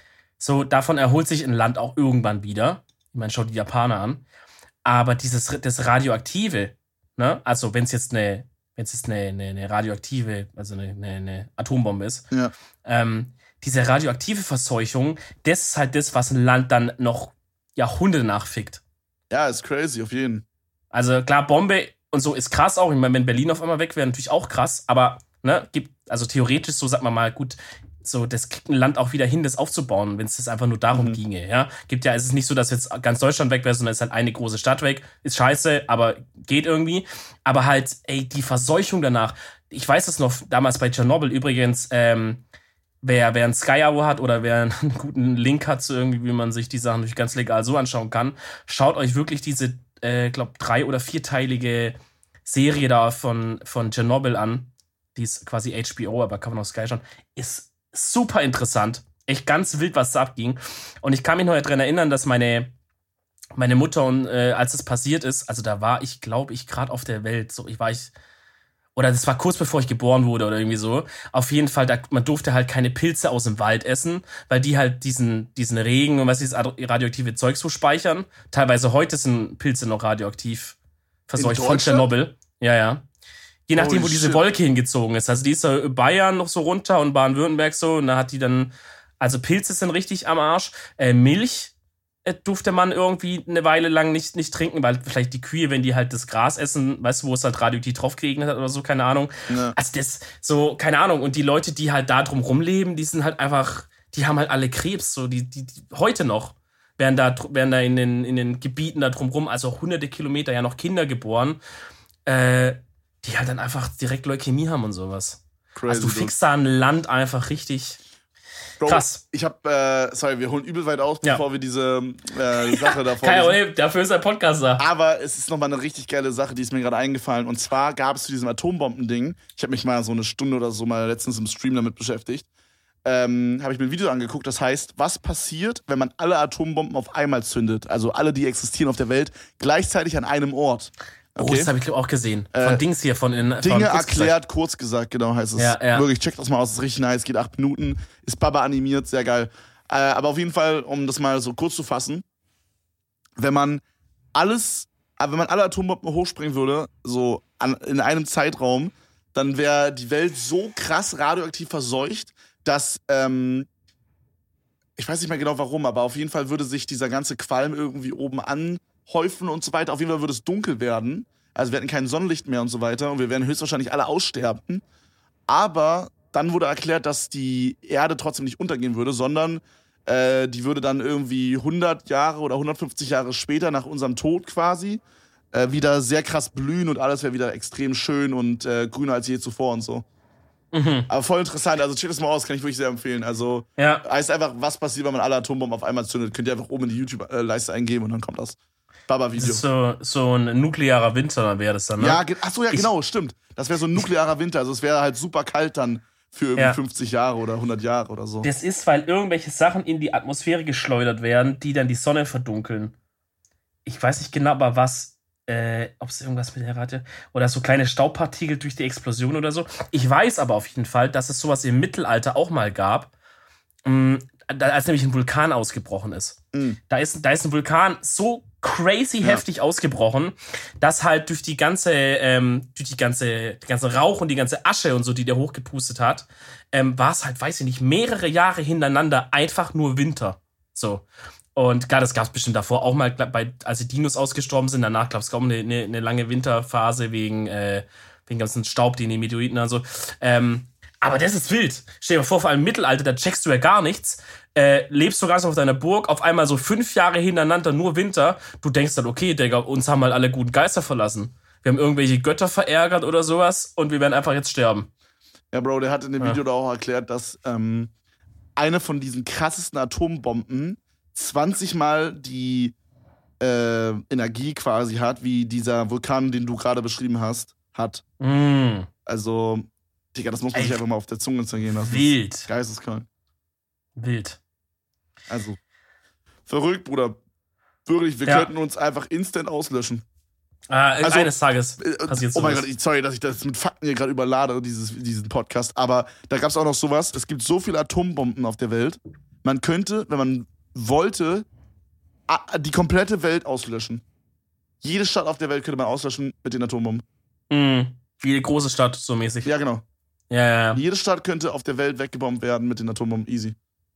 So, davon erholt sich ein Land auch irgendwann wieder. Ich meine, schau die Japaner an. Aber dieses das Radioaktive, ne? Also, wenn es jetzt eine, wenn es jetzt eine, eine, eine radioaktive, also eine, eine, eine Atombombe ist, ja. ähm, diese radioaktive Verseuchung, das ist halt das, was ein Land dann noch Jahrhunderte nachfickt. Ja, ist crazy, auf jeden. Also klar, Bombe und so ist krass auch. Ich meine, wenn Berlin auf einmal weg wäre, natürlich auch krass. Aber, ne, gibt, also theoretisch, so sagt man mal, gut, so, das kriegt ein Land auch wieder hin, das aufzubauen, wenn es das einfach nur darum mhm. ginge, ja. Gibt ja, es ist nicht so, dass jetzt ganz Deutschland weg wäre, sondern es ist halt eine große Stadt weg. Ist scheiße, aber geht irgendwie. Aber halt, ey, die Verseuchung danach. Ich weiß es noch, damals bei Tschernobyl übrigens, ähm, Wer, wer ein Sky-Abo hat oder wer einen guten Link hat zu irgendwie, wie man sich die Sachen durch ganz legal so anschauen kann, schaut euch wirklich diese, äh, glaub, drei- oder vierteilige Serie da von, von Tschernobyl an. Die ist quasi H B O, aber kann man auf Sky schauen. Ist super interessant. Echt ganz wild, was da abging. Und ich kann mich noch daran erinnern, dass meine, meine Mutter, und äh, als es passiert ist, also da war ich, glaube ich, gerade auf der Welt. So, ich war ich. Oder das war kurz bevor ich geboren wurde oder irgendwie so. Auf jeden Fall, da, man durfte halt keine Pilze aus dem Wald essen, weil die halt diesen, diesen Regen und was dieses radioaktive Zeug so speichern. Teilweise heute sind Pilze noch radioaktiv verseucht von Tschernobyl. Ja, ja. Je nachdem, oh, wo diese shit. Wolke hingezogen ist. Also die ist so Bayern noch so runter und Baden-Württemberg so. Und da hat die dann, also Pilze sind richtig am Arsch. Äh, Milch durfte man irgendwie eine Weile lang nicht, nicht trinken, weil vielleicht die Kühe, wenn die halt das Gras essen, weißt du, wo es halt radioaktiv drauf geregnet hat oder so, keine Ahnung. Ja. Also das, so, keine Ahnung. Und die Leute, die halt da drum rumleben, die sind halt einfach, die haben halt alle Krebs, so, die, die, die heute noch werden da, werden da in den, in den Gebieten da drum rum, also hunderte Kilometer ja noch Kinder geboren, äh, die halt dann einfach direkt Leukämie haben und sowas. Crazy, also du fixst da ein Land einfach richtig. Bro, Krass. Ich hab, äh, sorry, wir holen übel weit aus, Ja. bevor wir diese äh, Sache davor. Kein Problem, dafür ist der Podcast da. Aber es ist nochmal eine richtig geile Sache, die ist mir gerade eingefallen. Und zwar gab es zu diesem Atombomben-Ding, ich habe mich mal so eine Stunde oder so mal letztens im Stream damit beschäftigt, ähm, habe ich mir ein Video angeguckt, das heißt, was passiert, wenn man alle Atombomben auf einmal zündet? Also alle, die existieren auf der Welt, gleichzeitig an einem Ort. Okay? Oh, das habe ich auch gesehen. Von Äh, Dings hier, von in, Dinge von erklärt, kurz gesagt, genau heißt es. Ja, ja. Wirklich, checkt das mal aus, ist richtig nice, geht acht Minuten, ist Baba animiert, sehr geil. Äh, aber auf jeden Fall, um das mal so kurz zu fassen, wenn man alles, äh, wenn man alle Atombomben hochspringen würde, so an, in einem Zeitraum, dann wäre die Welt so krass radioaktiv verseucht, dass, ähm, ich weiß nicht mehr genau warum, aber auf jeden Fall würde sich dieser ganze Qualm irgendwie oben anhäufen und so weiter. Auf jeden Fall würde es dunkel werden. Also wir hätten kein Sonnenlicht mehr und so weiter und wir werden höchstwahrscheinlich alle aussterben. Aber dann wurde erklärt, dass die Erde trotzdem nicht untergehen würde, sondern äh, die würde dann irgendwie hundert Jahre oder hundertfünfzig Jahre später nach unserem Tod quasi äh, wieder sehr krass blühen und alles wäre wieder extrem schön und äh, grüner als je zuvor und so. Mhm. Aber voll interessant, also check das mal aus, kann ich wirklich sehr empfehlen. Also Ja. heißt einfach, was passiert, wenn man alle Atombomben auf einmal zündet. Könnt ihr einfach oben in die YouTube-Leiste eingeben und dann kommt das Das Baba-Video. ist so, so ein nuklearer Winter, wäre das dann, ne? Ja, ge- ach so, ja, Ich- genau, stimmt. Das wäre so ein nuklearer Winter, also es wäre halt super kalt dann für irgendwie Ja. fünfzig Jahre oder hundert Jahre oder so. Das ist, weil irgendwelche Sachen in die Atmosphäre geschleudert werden, die dann die Sonne verdunkeln. Ich weiß nicht genau, aber was, äh, ob es irgendwas mit der Rate oder so kleine Staubpartikel durch die Explosion oder so. Ich weiß aber auf jeden Fall, dass es sowas im Mittelalter auch mal gab, mh, da- als nämlich ein Vulkan ausgebrochen ist. Mhm. Da ist, da ist ein Vulkan so crazy Ja. heftig ausgebrochen, dass halt durch die ganze, ähm, durch die ganze, die ganze Rauch und die ganze Asche und so, die der hochgepustet hat, ähm, war es halt, weiß ich nicht, mehrere Jahre hintereinander einfach nur Winter. So. Und klar, das gab es bestimmt davor auch mal, glaub, bei, als die Dinos ausgestorben sind. Danach gab es kaum eine, eine, eine lange Winterphase wegen, äh, wegen ganzen Staub, die in den Meteoriten und so. Ähm, aber das ist wild. Stell dir mal vor, vor allem im Mittelalter, da checkst du ja gar nichts. Äh, lebst du ganz auf deiner Burg, auf einmal so fünf Jahre hintereinander nur Winter. Du denkst dann, okay, Digga, uns haben halt alle guten Geister verlassen. Wir haben irgendwelche Götter verärgert oder sowas und wir werden einfach jetzt sterben. Ja, Bro, der hat in dem Ja. Video da auch erklärt, dass ähm, eine von diesen krassesten Atombomben zwanzig Mal die äh, Energie quasi hat, wie dieser Vulkan, den du gerade beschrieben hast, hat. Mm, Also, Digga, das muss man Ey, sich einfach mal auf der Zunge zergehen lassen. wild. Geisteskrank. Wild. Also, verrückt, Bruder. Wirklich, wir Ja. könnten uns einfach instant auslöschen. Ah, Also, eines Tages Äh, passiert oh mein sowas. Gott, ich- sorry, dass ich das mit Fakten hier gerade überlade, dieses, diesen Podcast. Aber da gab es auch noch sowas. Es gibt so viele Atombomben auf der Welt. Man könnte, wenn man wollte, a- die komplette Welt auslöschen. Jede Stadt auf der Welt könnte man auslöschen mit den Atombomben. Mm, wie eine große Stadt, so mäßig. Ja, genau. Ja, ja, ja. Jede Stadt könnte auf der Welt weggebombt werden mit den Atombomben. Easy.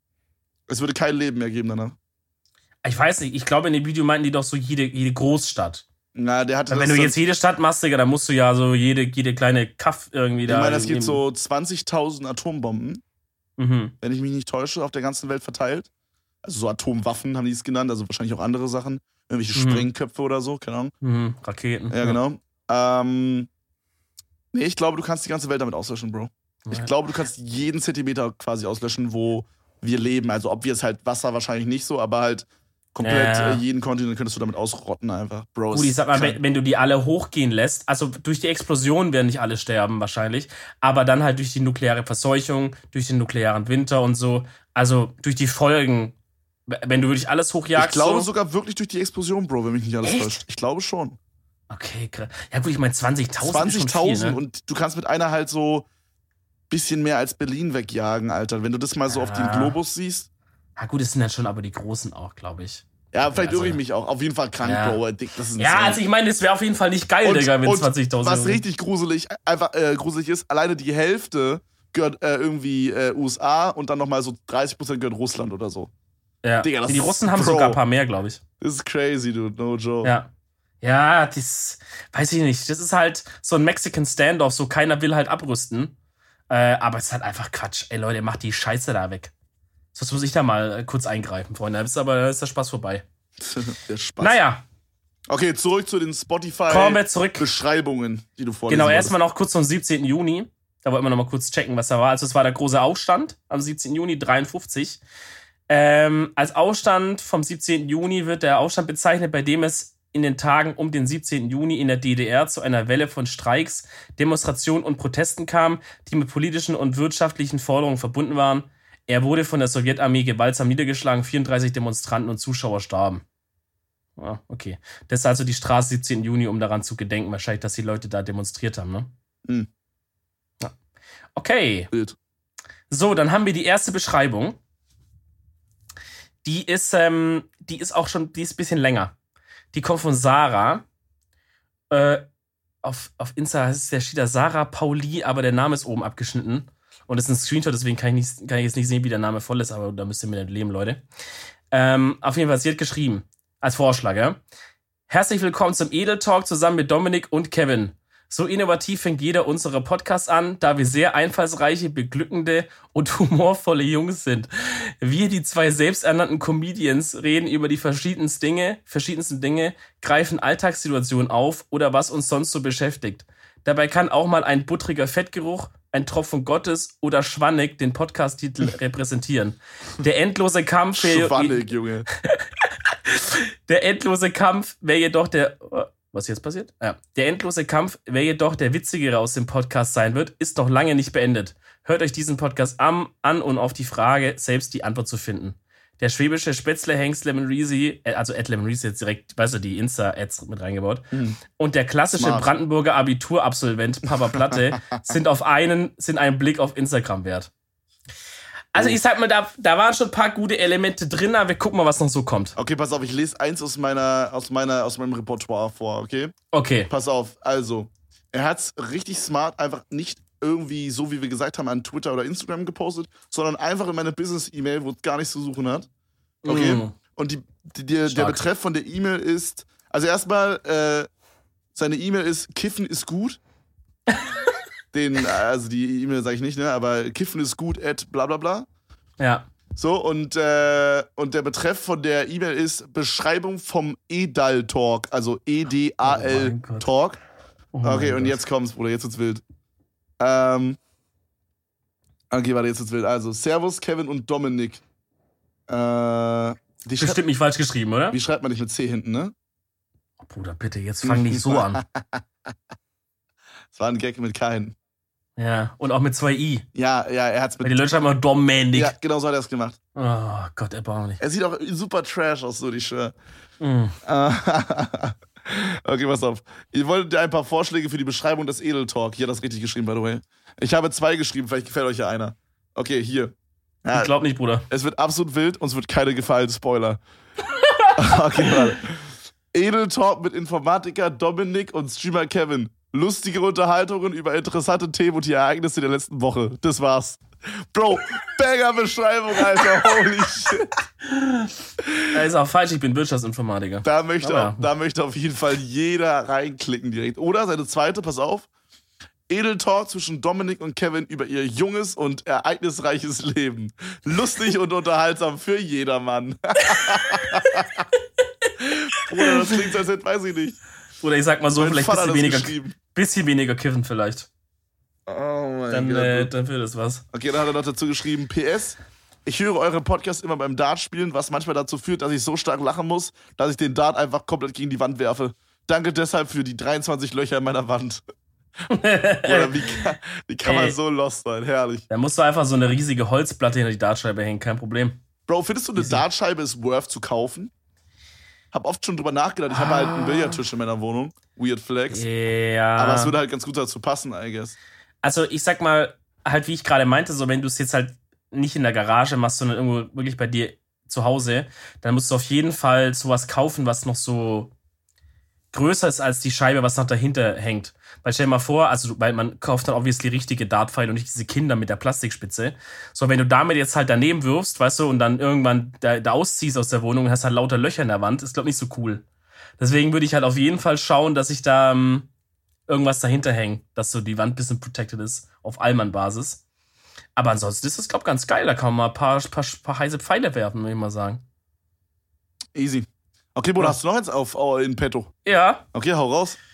Es würde kein Leben mehr geben danach. Ich weiß nicht, ich glaube, in dem Video meinten die doch so jede, jede Großstadt. Na, der hatte Weil das wenn du dann- jetzt jede Stadt machst, Digga, dann musst du ja so jede, jede kleine Kaff irgendwie ich da. meine, es gibt nehmen. so zwanzigtausend Atombomben, Mhm. wenn ich mich nicht täusche, auf der ganzen Welt verteilt. Also so Atomwaffen haben die es genannt, also wahrscheinlich auch andere Sachen. Irgendwelche Mhm. Sprengköpfe oder so, keine Ahnung. Mhm. Raketen. Ja, genau. Ähm, nee, ich glaube, du kannst die ganze Welt damit auslöschen, Bro. Ich Ja. glaube, du kannst jeden Zentimeter quasi auslöschen, wo wir leben. Also ob wir es halt Wasser wahrscheinlich nicht so, aber halt komplett Ja. äh, jeden Kontinent könntest du damit ausrotten einfach, Bro. Gut, ich ist sag mal, krank. wenn, wenn du die alle hochgehen lässt, also durch die Explosion werden nicht alle sterben wahrscheinlich, aber dann halt durch die nukleare Verseuchung, durch den nuklearen Winter und so, also durch die Folgen, wenn du wirklich alles hochjagst. Ich glaube so, sogar wirklich durch die Explosion, Bro, wenn mich nicht alles Echt? täuscht. Ich glaube schon. Okay, krass. Ja gut, ich meine zwanzigtausend zwanzigtausend ist schon viel, ne? und du kannst mit einer halt so bisschen mehr als Berlin wegjagen, Alter. Wenn du das mal so auf den Ja. Globus siehst. Ja gut, es sind dann schon aber die Großen auch, glaube ich. Ja, vielleicht Also- irre ich mich auch. Auf jeden Fall krank, Ja. Bro. Dick, das ist Ja, insane. also ich meine, es wäre auf jeden Fall nicht geil, Und- Digga, wenn und zwanzigtausend. Was richtig gruselig, einfach äh, gruselig ist, alleine die Hälfte gehört äh, irgendwie äh, U S A und dann nochmal so dreißig Prozent gehört Russland oder so. Ja. Digga, das die ist- Russen haben Bro. sogar ein paar mehr, glaube ich. Das ist crazy, dude. No joke. Ja. Ja, das weiß ich nicht. Das ist halt so ein Mexican Standoff, so keiner will halt abrüsten. Äh, aber es ist halt einfach Quatsch. Ey Leute, macht die Scheiße da weg. Sonst muss ich da mal äh, kurz eingreifen, Freunde. Da ist aber da ist der Spaß vorbei. Der Spaß. Naja, Okay, zurück zu den Spotify kommen wir zurück. Beschreibungen, die du vorlesen Genau, wolltest. erstmal noch kurz zum siebzehnten Juni. Da wollten wir noch mal kurz checken, was da war. Also es war der große Aufstand am siebzehnten Juni dreiundfünfzig. Ähm, als Aufstand vom siebzehnten Juni wird der Aufstand bezeichnet, bei dem es in den Tagen um den siebzehnten Juni in der D D R zu einer Welle von Streiks, Demonstrationen und Protesten kam, die mit politischen und wirtschaftlichen Forderungen verbunden waren. Er wurde von der Sowjetarmee gewaltsam niedergeschlagen, vierunddreißig Demonstranten und Zuschauer starben. Ah, okay. Das ist also die Straße siebzehnten Juni, um daran zu gedenken, wahrscheinlich, dass die Leute da demonstriert haben, ne? Mhm. Ja. Okay. Bild. So, dann haben wir die erste Beschreibung. Die ist, ähm, die ist auch schon, die ist ein bisschen länger. Die kommt von Sarah. Äh, auf, auf Insta heißt es, der steht da Sarah Pauli, aber der Name ist oben abgeschnitten. Und das ist ein Screenshot, deswegen kann ich, nicht, kann ich jetzt nicht sehen, wie der Name voll ist, aber da müsst ihr mir nicht leben, Leute. Ähm, auf jeden Fall, sie hat geschrieben, als Vorschlag, ja. Herzlich willkommen zum Edel Talk zusammen mit Dominik und Kevin. So innovativ fängt jeder unserer Podcasts an, da wir sehr einfallsreiche, beglückende und humorvolle Jungs sind. Wir, die zwei selbsternannten Comedians, reden über die verschiedensten Dinge, verschiedensten Dinge, greifen Alltagssituationen auf oder was uns sonst so beschäftigt. Dabei kann auch mal ein buttriger Fettgeruch, ein Tropfen Gottes oder Schwannig den Podcast-Titel repräsentieren. Der endlose Kampf... Schwannig, Junge. Der endlose Kampf wäre jedoch der... Was jetzt passiert? Ja. Der endlose Kampf, wer jedoch der witzigere aus dem Podcast sein wird, ist noch lange nicht beendet. Hört euch diesen Podcast an, an und auf die Frage selbst die Antwort zu finden. Der schwäbische Spätzle-Hengst Lemon Reezy, also Ed Lemon Reezy jetzt direkt, weißt du, die Insta-Ads mit reingebaut. Mhm. Und der klassische Smart. Brandenburger Abiturabsolvent Papa Platte sind auf einen, sind einen Blick auf Instagram wert. Also ich sag mal, da, da waren schon ein paar gute Elemente drin, aber wir gucken mal, was noch so kommt. Okay, pass auf, ich lese eins aus meiner, aus meiner, aus meinem Repertoire vor, okay? Okay. Pass auf, also, er hat's richtig smart, einfach nicht irgendwie, so wie wir gesagt haben, an Twitter oder Instagram gepostet, sondern einfach in meine Business-E-Mail, wo es gar nichts zu suchen hat. Okay? Mm. Und die, die, die, der Betreff von der E-Mail ist, also erstmal, äh, seine E-Mail ist, Kiffen ist gut. Den, also die E-Mail sage ich nicht, ne, aber Kiffen ist gut at bla bla bla. Ja. So, und, äh, und der Betreff von der E-Mail ist Beschreibung vom Edal-Talk, also E D A L oh Talk. Oh okay, und Gott. Jetzt kommt's, Bruder, jetzt wird's wild. Ähm, okay, warte, jetzt wird's wild. Also, Servus, Kevin und Dominik. Äh, die Bestimmt nicht falsch geschrieben, oder? Wie schreibt man nicht mit C hinten, ne? Oh, Bruder, bitte, jetzt fang nicht so an. Das war ein Gag mit keinen. Ja, und auch mit zwei I. Ja, ja, er hat's mit... Weil die Leute schreiben immer Dominik. Ja, genau so hat er es gemacht. Oh Gott, erbaulich. Er sieht auch super trash aus, so, ich schwör. Mm. Okay, pass auf. Ich wollte dir ein paar Vorschläge für die Beschreibung des Edel-Talk. Hier hat das richtig geschrieben, by the way. Ich habe zwei geschrieben, vielleicht gefällt euch ja einer. Okay, hier. Ja, ich glaub nicht, Bruder. Es wird absolut wild und es wird keine gefallen, Spoiler. Okay, warte. Edel-Talk mit Informatiker Dominik und Streamer Kevin. Lustige Unterhaltungen über interessante Themen und die Ereignisse der letzten Woche. Das war's. Bro, Banger-Beschreibung, Alter. Holy shit. Das ist auch falsch, ich bin Wirtschaftsinformatiker. Da möchte, auf, da möchte auf jeden Fall jeder reinklicken direkt. Oder seine zweite, pass auf. Edel-Talk zwischen Dominik und Kevin über ihr junges und ereignisreiches Leben. Lustig und unterhaltsam für jedermann. Bruder, das klingt, als hätte, weiß ich nicht. Oder ich sag mal so, mein vielleicht ein bisschen weniger, bisschen weniger kiffen vielleicht. Oh mein dann, Gott. Äh, dann wird das was. Okay, dann hat er noch dazu geschrieben, P S, ich höre eure Podcasts immer beim Dart spielen, was manchmal dazu führt, dass ich so stark lachen muss, dass ich den Dart einfach komplett gegen die Wand werfe. Danke deshalb für die dreiundzwanzig Löcher in meiner Wand. Oder wie kann, wie kann man so lost sein? Herrlich. Da musst du einfach so eine riesige Holzplatte hinter die Dartscheibe hängen, kein Problem. Bro, findest du, eine Dartscheibe ist worth zu kaufen? Hab oft schon drüber nachgedacht. Ich ah. habe halt einen Billardtisch in meiner Wohnung. Weird Flex. Ja. Aber es würde halt ganz gut dazu passen, I guess. Also ich sag mal, halt wie ich gerade meinte, so wenn du es jetzt halt nicht in der Garage machst, sondern irgendwo wirklich bei dir zu Hause, dann musst du auf jeden Fall sowas kaufen, was noch so größer ist als die Scheibe, was noch dahinter hängt. Weil stell dir mal vor, also weil man kauft dann obviously richtige Dartpfeile und nicht diese Kinder mit der Plastikspitze. So, wenn du damit jetzt halt daneben wirfst, weißt du, und dann irgendwann da, da ausziehst aus der Wohnung und hast halt lauter Löcher in der Wand, ist, glaube ich, nicht so cool. Deswegen würde ich halt auf jeden Fall schauen, dass ich da ähm, irgendwas dahinter hänge, dass so die Wand ein bisschen protected ist, auf Allmann-Basis. Aber ansonsten ist das, glaube ich, ganz geil. Da kann man mal ein paar, paar, paar heiße Pfeile werfen, würde ich mal sagen. Easy. Okay, Bruder, ja. Hast du noch eins auf oh, in petto? Ja. Okay, hau raus.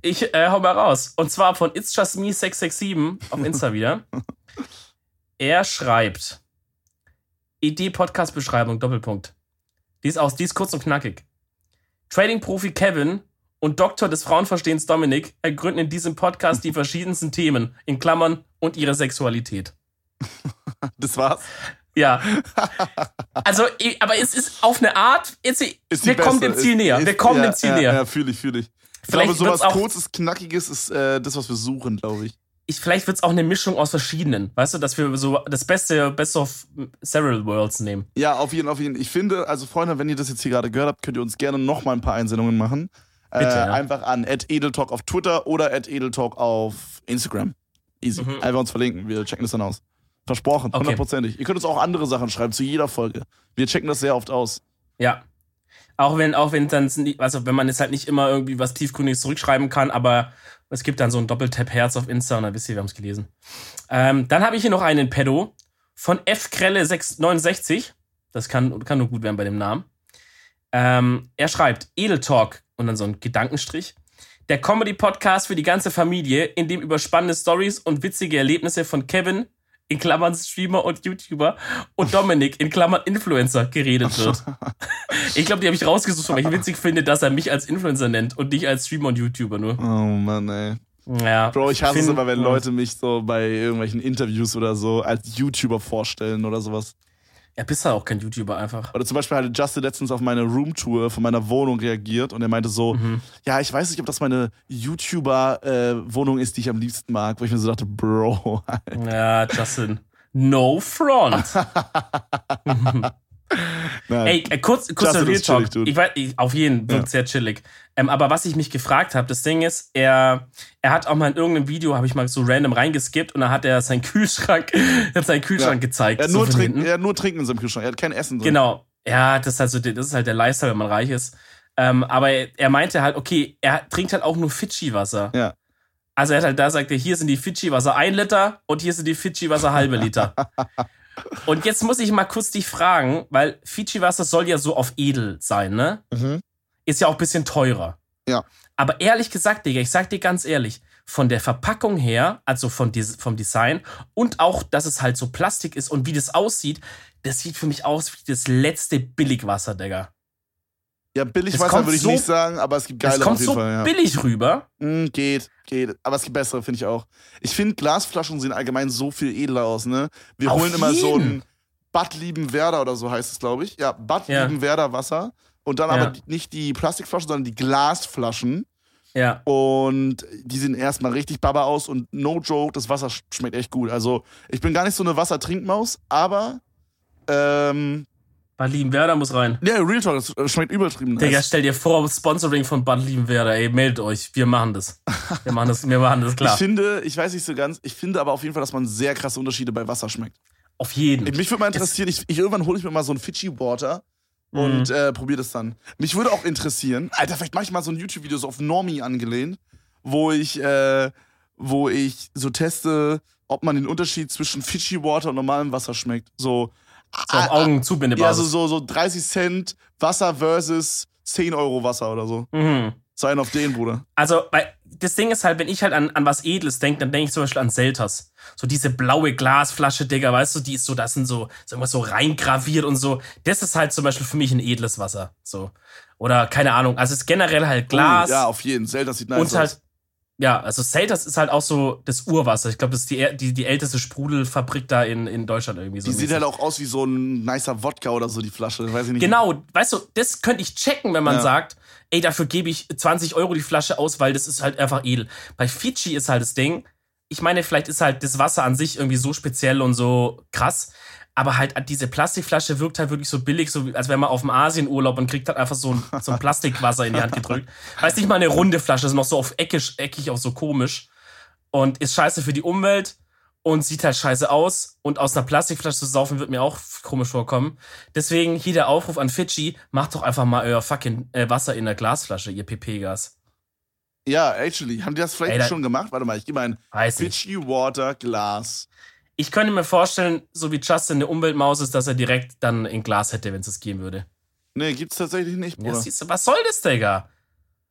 ich äh, hau mal raus. Und zwar von It's Just Me sechs sechs sieben auf Insta wieder. Er schreibt, Idee-Podcast-Beschreibung, Doppelpunkt. Die ist aus, die ist kurz und knackig. Trading-Profi Kevin und Doktor des Frauenverstehens Dominik ergründen in diesem Podcast die verschiedensten Themen, in Klammern, und ihre Sexualität. Das war's? Ja. Also, aber es ist auf eine Art, jetzt, ist wir kommen dem Ziel ist, näher. Ist, wir kommen ja, dem Ziel ja, näher. Ja, fühle ich, fühle ich. Ich vielleicht glaube, sowas auch, Kurzes, Knackiges ist äh, das, was wir suchen, glaube ich. ich. Vielleicht wird es auch eine Mischung aus verschiedenen. Weißt du, dass wir so das Beste, Best of Several Worlds nehmen. Ja, auf jeden Fall, auf jeden Fall. Ich finde, also Freunde, wenn ihr das jetzt hier gerade gehört habt, könnt ihr uns gerne noch mal ein paar Einsendungen machen. Bitte, äh, ja. Einfach an at edeltalk auf Twitter oder at edeltalk auf Instagram. Easy. Mhm. Einfach uns verlinken. Wir checken das dann aus. Versprochen, hundertprozentig. Okay. Ihr könnt uns auch andere Sachen schreiben zu jeder Folge. Wir checken das sehr oft aus. Ja. Auch wenn, auch wenn dann, also wenn man jetzt halt nicht immer irgendwie was Tiefgründiges zurückschreiben kann, aber es gibt dann so ein Doppeltap-Herz auf Insta und dann wisst ihr, wir haben es gelesen. Ähm, dann habe ich hier noch einen Pedo von F Krelle sechs neunundsechzig. Das kann, kann nur gut werden bei dem Namen. Ähm, er schreibt, Edeltalk und dann so ein Gedankenstrich. Der Comedy-Podcast für die ganze Familie, in dem über spannende Stories und witzige Erlebnisse von Kevin, in Klammern Streamer und YouTuber, und Dominik, in Klammern Influencer, geredet wird. Ich glaube, die habe ich rausgesucht, weil ich witzig finde, dass er mich als Influencer nennt und nicht als Streamer und YouTuber nur. Oh Mann, ey. Ja, Bro, ich hasse find, es immer, wenn ja. Leute mich so bei irgendwelchen Interviews oder so als YouTuber vorstellen oder sowas. Er bist halt auch kein YouTuber einfach. Oder zum Beispiel hatte Justin letztens auf meine Roomtour von meiner Wohnung reagiert und er meinte so, Mhm. ja, ich weiß nicht, ob das meine YouTuber-Wohnung ist, die ich am liebsten mag. Wo ich mir so dachte, Bro. Ja, Justin. No front. Nein. Ey, äh, kurz, kurz Justin Real ist Talk. chillig, dude. Ich weiß, ich, auf jeden wirkt Ja. sehr chillig. Ähm, aber was ich mich gefragt habe, das Ding ist, er, er hat auch mal in irgendeinem Video, habe ich mal so random reingeskippt und da hat er seinen Kühlschrank, er hat seinen Kühlschrank Ja. gezeigt. Er hat, so nur von trinken, hinten. er hat nur Trinken in seinem Kühlschrank, er hat kein Essen drin. Genau. Ja, das ist halt so, das ist halt der Lifestyle, wenn man reich ist. Ähm, aber er, er meinte halt, okay, er trinkt halt auch nur Fidschi-Wasser. Ja. Also er hat halt da sagt er, hier sind die Fidschi-Wasser ein Liter und hier sind die Fidschi-Wasser halbe Liter. Und jetzt muss ich mal kurz dich fragen, weil Fidschi-Wasser soll ja so auf edel sein, ne? Mhm. Ist ja auch ein bisschen teurer. Ja. Aber ehrlich gesagt, Digga, ich sag dir ganz ehrlich, von der Verpackung her, also von des, vom Design und auch, dass es halt so Plastik ist und wie das aussieht, das sieht für mich aus wie das letzte Billigwasser, Digga. Ja, billig Das Wasser kommt würde ich so- nicht sagen, aber es gibt Das geile kommt auf jeden so Fall. Ja. billig rüber. Mm, geht, geht. Aber es gibt bessere, finde ich auch. Ich finde, Glasflaschen sehen allgemein so viel edler aus, ne? Wir Auf holen immer so jeden. ein Bad Liebenwerder oder so heißt es, glaube ich. Ja, Bad Ja. Liebenwerder Wasser. Und dann Ja. aber nicht die Plastikflaschen, sondern die Glasflaschen. Ja. Und die sehen erstmal richtig baba aus. Und no joke, das Wasser sch- schmeckt echt gut. Also, ich bin gar nicht so eine Wassertrinkmaus, aber ähm, Bad Liebenwerder muss rein. ja, Real Talk, das schmeckt übertrieben Digga, nice. stell dir vor, Sponsoring von Bad Liebenwerder, ey, meldet euch. Wir machen das. Wir machen das, wir machen das, klar. Ich finde, ich weiß nicht so ganz, ich finde aber auf jeden Fall, dass man sehr krasse Unterschiede bei Wasser schmeckt. Auf jeden. Mich würde mal interessieren, ich, ich irgendwann hole ich mir mal so ein Fidschi Water und Mhm. äh, probiere das dann. Mich würde auch interessieren, Alter, vielleicht mache ich mal so ein YouTube-Video so auf Normie angelehnt, wo ich, äh, wo ich so teste, ob man den Unterschied zwischen Fidschi Water und normalem Wasser schmeckt. So, So auf Augenzubindebasis. ja, so, so, so dreißig Cent Wasser versus zehn Euro Wasser oder so. Mhm. So einen auf den, Bruder. Also, weil das Ding ist halt, wenn ich halt an, an was Edles denke, dann denke ich zum Beispiel an Selters. So diese blaue Glasflasche, Digga, weißt du, die ist so, da sind so, so irgendwas so reingraviert und so. Das ist halt zum Beispiel für mich ein edles Wasser. So. Oder keine Ahnung. Also es ist generell halt Glas. Oh, ja, auf jeden Fall. Das sieht nice und aus. halt, ja, also Selters ist halt auch so das Urwasser. Ich glaube, das ist die, die, die älteste Sprudelfabrik da in, in Deutschland irgendwie so. Die sieht mäßig. halt auch aus wie so ein nicer Wodka oder so, die Flasche. Weiß ich nicht. Genau, weißt du, das könnte ich checken, wenn man Ja. sagt, ey, dafür gebe ich zwanzig Euro die Flasche aus, weil das ist halt einfach edel. Bei Fidschi ist halt das Ding, ich meine, vielleicht ist halt das Wasser an sich irgendwie so speziell und so krass, aber halt diese Plastikflasche wirkt halt wirklich so billig, so als wenn man auf dem Asienurlaub und kriegt halt einfach so ein, so ein Plastikwasser in die Hand gedrückt. Weißt nicht mal eine runde Flasche, ist noch so auf eckig, eckig, auch so komisch und ist scheiße für die Umwelt. Und sieht halt scheiße aus. Und aus einer Plastikflasche zu saufen, wird mir auch komisch vorkommen. Deswegen hier der Aufruf an Fidschi, macht doch einfach mal euer fucking äh, Wasser in der Glasflasche, ihr P P-Gas. Ja, actually. Haben die das vielleicht Ey, da- schon gemacht? Warte mal, ich gebe ein Weiß nicht. Fidschi Water Glas. Ich könnte mir vorstellen, so wie Justin eine Umweltmaus ist, dass er direkt dann in Glas hätte, wenn es es geben würde. Nee, gibt's tatsächlich nicht, Ja, Bruder. siehst du, was soll das, Digga?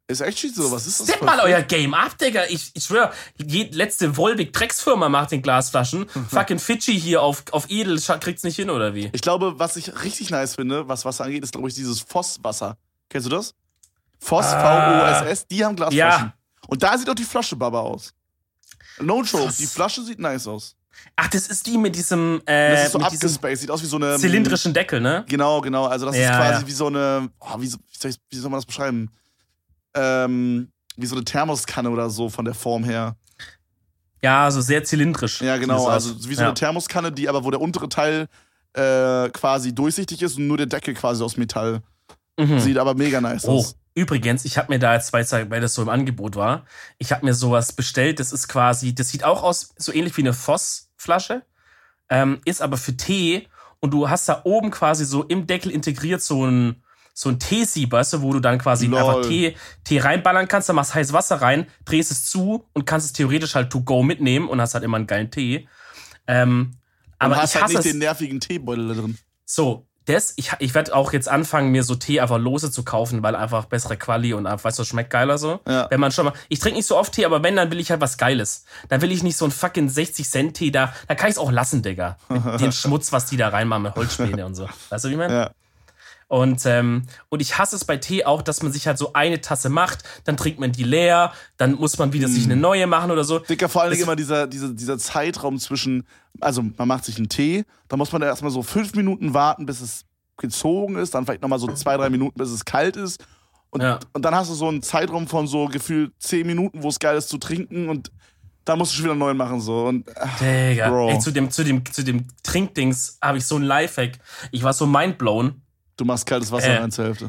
Ist echt so, was ist das? Step mal euer Game up, Digga. Ich, ich schwör, die letzte Volvic-Drecksfirma macht den Glasflaschen. Fucking Fidschi hier auf, auf Edel kriegt's nicht hin, oder wie? Ich glaube, was ich richtig nice finde, was Wasser angeht, ist, glaube ich, dieses Voss-Wasser. Kennst du das? Voss, Ah. V O S S, die haben Glasflaschen. Ja. Und da sieht auch die Flasche Baba aus. No joke, die Flasche sieht nice aus. Ach, das ist die mit diesem, äh, Das ist so mit diesem abgespaced, sieht aus wie so eine... zylindrischen Deckel, ne? Genau, genau. Also das Ja, ist quasi ja. wie so eine... Oh, wie, so, wie, soll ich, wie soll man das beschreiben? Ähm, wie so eine Thermoskanne oder so von der Form her. Ja, so sehr zylindrisch. Ja, genau. Sieht das Also aus. wie so ja. eine Thermoskanne, die aber, wo der untere Teil äh, quasi durchsichtig ist und nur der Deckel quasi aus Metall. Mhm. Sieht aber mega nice Oh, aus. übrigens, ich habe mir da jetzt, weil weil das so im Angebot war, ich habe mir sowas bestellt. Das ist quasi, das sieht auch aus, so ähnlich wie eine Voss-Flasche, ähm, ist aber für Tee und du hast da oben quasi so im Deckel integriert so ein, so ein Teesieb, weißt du, wo du dann quasi Lol. einfach Tee, Tee reinballern kannst, dann machst heißes Wasser rein, drehst es zu und kannst es theoretisch halt to go mitnehmen und hast halt immer einen geilen Tee. Ähm, aber Und hast ich halt hasse nicht es. den nervigen Teebeutel da drin. So, das, ich, ich werde auch jetzt anfangen, mir so Tee einfach lose zu kaufen, weil einfach bessere Quali und einfach, weißt du, schmeckt geiler so. Ja. Wenn man schon mal, ich trinke nicht so oft Tee, aber wenn, dann will ich halt was Geiles. Dann will ich nicht so einen fucking sechzig Cent Tee da, da kann ich es auch lassen, Digga. Mit den Schmutz, was die da reinmachen mit Holzspäne und so. Weißt du, wie ich meine? Ja. Und, ähm, und ich hasse es bei Tee auch, dass man sich halt so eine Tasse macht, dann trinkt man die leer, dann muss man wieder sich eine neue machen oder so. Dicker, vor allen Dingen Das- immer dieser, dieser, dieser Zeitraum zwischen, also man macht sich einen Tee, dann muss man da erstmal so fünf Minuten warten, bis es gezogen ist, dann vielleicht nochmal so zwei, drei Minuten, bis es kalt ist. Und, Ja. und dann hast du so einen Zeitraum von so gefühlt zehn Minuten, wo es geil ist zu trinken und da musst du schon wieder einen neuen machen. So. Und, ach, Digga, Bro. ey, zu dem, zu dem, zu dem Trinkdings habe ich so einen Lifehack. Ich war so mindblown. du machst kaltes Wasser Äh. rein zur Hälfte.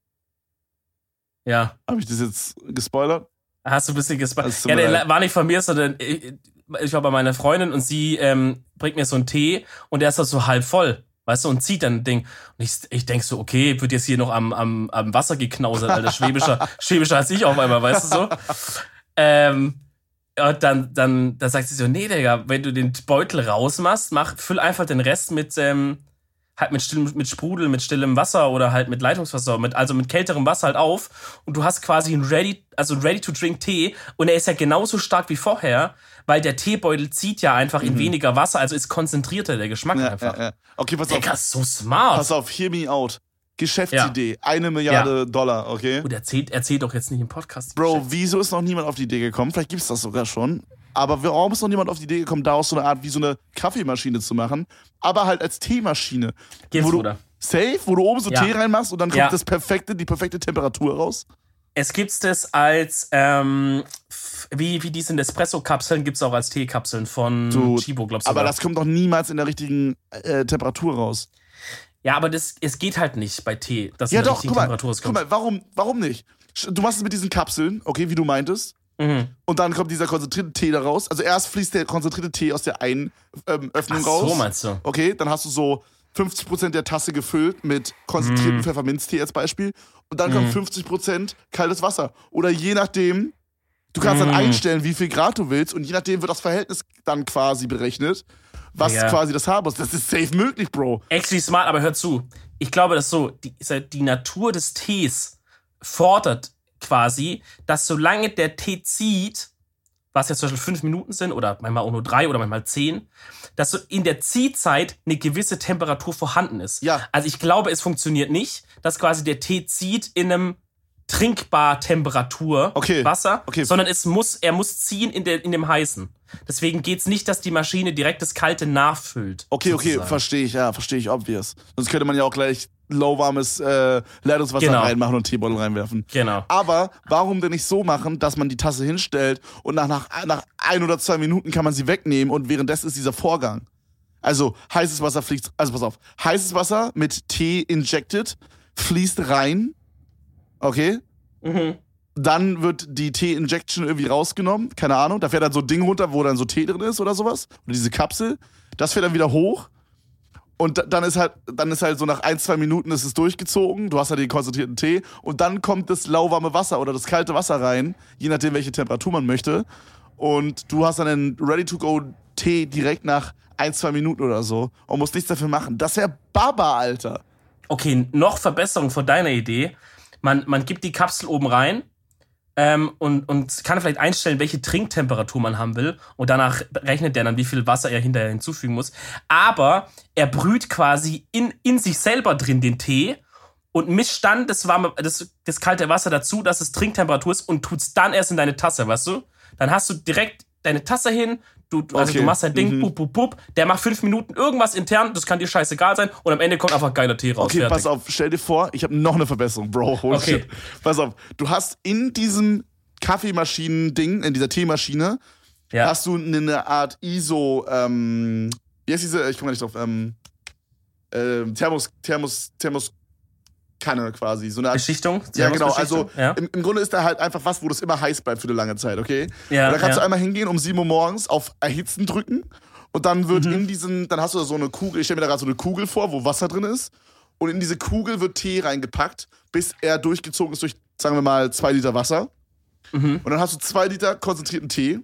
Ja. Habe ich das jetzt gespoilert? Hast du ein bisschen gespannt? Es tut Ja, mir der leid. war nicht von mir, sondern ich, ich war bei meiner Freundin und sie ähm, bringt mir so einen Tee und der ist halt so halb voll. Weißt du, und zieht dann ein Ding. Und ich, ich denk so, okay, wird jetzt hier noch am, am, am Wasser geknausert, Alter. Schwäbischer, schwäbischer als ich auf einmal, weißt du so? Ähm, und dann, dann, dann sagt sie so, nee, Digga, wenn du den Beutel rausmachst, mach, füll einfach den Rest mit, ähm, halt mit stillem, mit Sprudel, mit stillem Wasser oder halt mit Leitungswasser, mit, also mit kälterem Wasser halt auf. Und du hast quasi einen ready, also ready to drink Tee. Und er ist ja genauso stark wie vorher, weil der Teebeutel zieht ja einfach in weniger Wasser, also ist konzentrierter der Geschmack Ja, einfach. ja, ja. Okay, pass auf. Digga, so smart. Pass auf, hear me out. Geschäftsidee, eine Milliarde Dollar, okay? Gut, erzählt, erzählt doch jetzt nicht im Podcast. die Bro, Geschichte. wieso ist noch niemand auf die Idee gekommen? Vielleicht gibt's das sogar schon. Aber warum ist noch niemand auf die Idee gekommen, daraus so eine Art wie so eine Kaffeemaschine zu machen, aber halt als Teemaschine? Gibt's, wo du, Bruder. Safe, wo du oben so Ja. Tee reinmachst und dann kommt Ja. das perfekte, die perfekte Temperatur raus? Es gibt es als, ähm, f- wie, wie diese Nespresso-Kapseln gibt es auch als Teekapseln von Du, Chibo, glaubst du? Aber sogar. das kommt doch niemals in der richtigen äh, Temperatur raus. Ja, aber das, es geht halt nicht bei Tee, dass Ja in der doch, richtigen guck mal, Temperatur es guck kommt. mal, warum, warum nicht? Sch- Du machst es mit diesen Kapseln, okay, wie du meintest. Mhm. Und dann kommt dieser konzentrierte Tee da raus. Also erst fließt der konzentrierte Tee aus der einen ähm, Öffnung Ach raus. so, meinst du? Okay, dann hast du so fünfzig Prozent der Tasse gefüllt mit konzentrierten Mm. Pfefferminztee als Beispiel. Und dann kommt Mm. fünfzig Prozent kaltes Wasser. Oder je nachdem, du kannst dann Mm. einstellen, wie viel Grad du willst. Und je nachdem wird das Verhältnis dann quasi berechnet, was Ja. quasi das haben muss. Das ist safe möglich, Bro. Actually smart, aber hör zu. Ich glaube, das ist so, die, die Natur des Tees fordert quasi, dass solange der Tee zieht, was jetzt zum Beispiel fünf Minuten sind oder manchmal auch nur drei oder manchmal zehn, dass so in der Ziehzeit eine gewisse Temperatur vorhanden ist. Ja. Also ich glaube, es funktioniert nicht, dass quasi der Tee zieht in einem trinkbar Temperatur Okay. Wasser, Okay. sondern es muss, er muss ziehen in, der, in dem heißen. Deswegen geht's nicht, dass die Maschine direkt das Kalte nachfüllt. Okay, okay, sozusagen. verstehe ich, ja, verstehe ich, obvious. Sonst könnte man ja auch gleich lauwarmes äh, Leitungswasser Genau. reinmachen und Teebeutel reinwerfen. Genau. Aber warum denn nicht so machen, dass man die Tasse hinstellt und nach, nach, nach ein oder zwei Minuten kann man sie wegnehmen und währenddessen ist dieser Vorgang. Also heißes Wasser fließt, also pass auf, heißes Wasser mit Tee injected fließt rein, okay? Mhm. Dann wird die Tee-Injection irgendwie rausgenommen, keine Ahnung, da fährt dann so ein Ding runter, wo dann so Tee drin ist oder sowas, oder diese Kapsel, das fährt dann wieder hoch. Und da- dann ist halt, dann ist halt so nach ein, zwei Minuten ist es durchgezogen, du hast halt den konzentrierten Tee und dann kommt das lauwarme Wasser oder das kalte Wasser rein, je nachdem, welche Temperatur man möchte. Und du hast dann einen Ready-to-Go-Tee direkt nach ein, zwei Minuten oder so und musst nichts dafür machen. Das wäre Baba, Alter. Okay, noch Verbesserung von deiner Idee. Man, man gibt die Kapsel oben rein, ähm, und, und kann vielleicht einstellen, welche Trinktemperatur man haben will. Und danach rechnet der dann, wie viel Wasser er hinterher hinzufügen muss. Aber er brüht quasi in, in sich selber drin den Tee und mischt dann das, warme, das, das kalte Wasser dazu, dass es Trinktemperatur ist und tut's dann erst in deine Tasse, weißt du? Dann hast du direkt deine Tasse hin, du, also Okay. du machst dein Ding, Mhm. pup, pup, pup, der macht fünf Minuten irgendwas intern, das kann dir scheißegal sein und am Ende kommt einfach geiler Tee raus. Okay, fertig. pass auf, stell dir vor, ich habe noch eine Verbesserung, Bro. Holy Okay. shit. Pass auf, du hast in diesem Kaffeemaschinen-Ding, in dieser Teemaschine, Ja. hast du eine Art I S O, ähm, wie heißt diese, ich komme gar nicht drauf, ähm, äh, Thermos, Thermos, Thermoskanne quasi, so eine Art. Beschichtung? Ja, genau, also Thermosbeschichtung? Ja. im, im Grunde ist da halt einfach was, wo das immer heiß bleibt für eine lange Zeit, okay? Ja, und dann kannst ja. du einmal hingehen, um sieben Uhr morgens auf Erhitzen drücken und dann wird Mhm. in diesen, dann hast du da so eine Kugel, ich stelle mir da gerade so eine Kugel vor, wo Wasser drin ist und in diese Kugel wird Tee reingepackt, bis er durchgezogen ist durch, sagen wir mal, zwei Liter Wasser. Mhm. Und dann hast du zwei Liter konzentrierten Tee.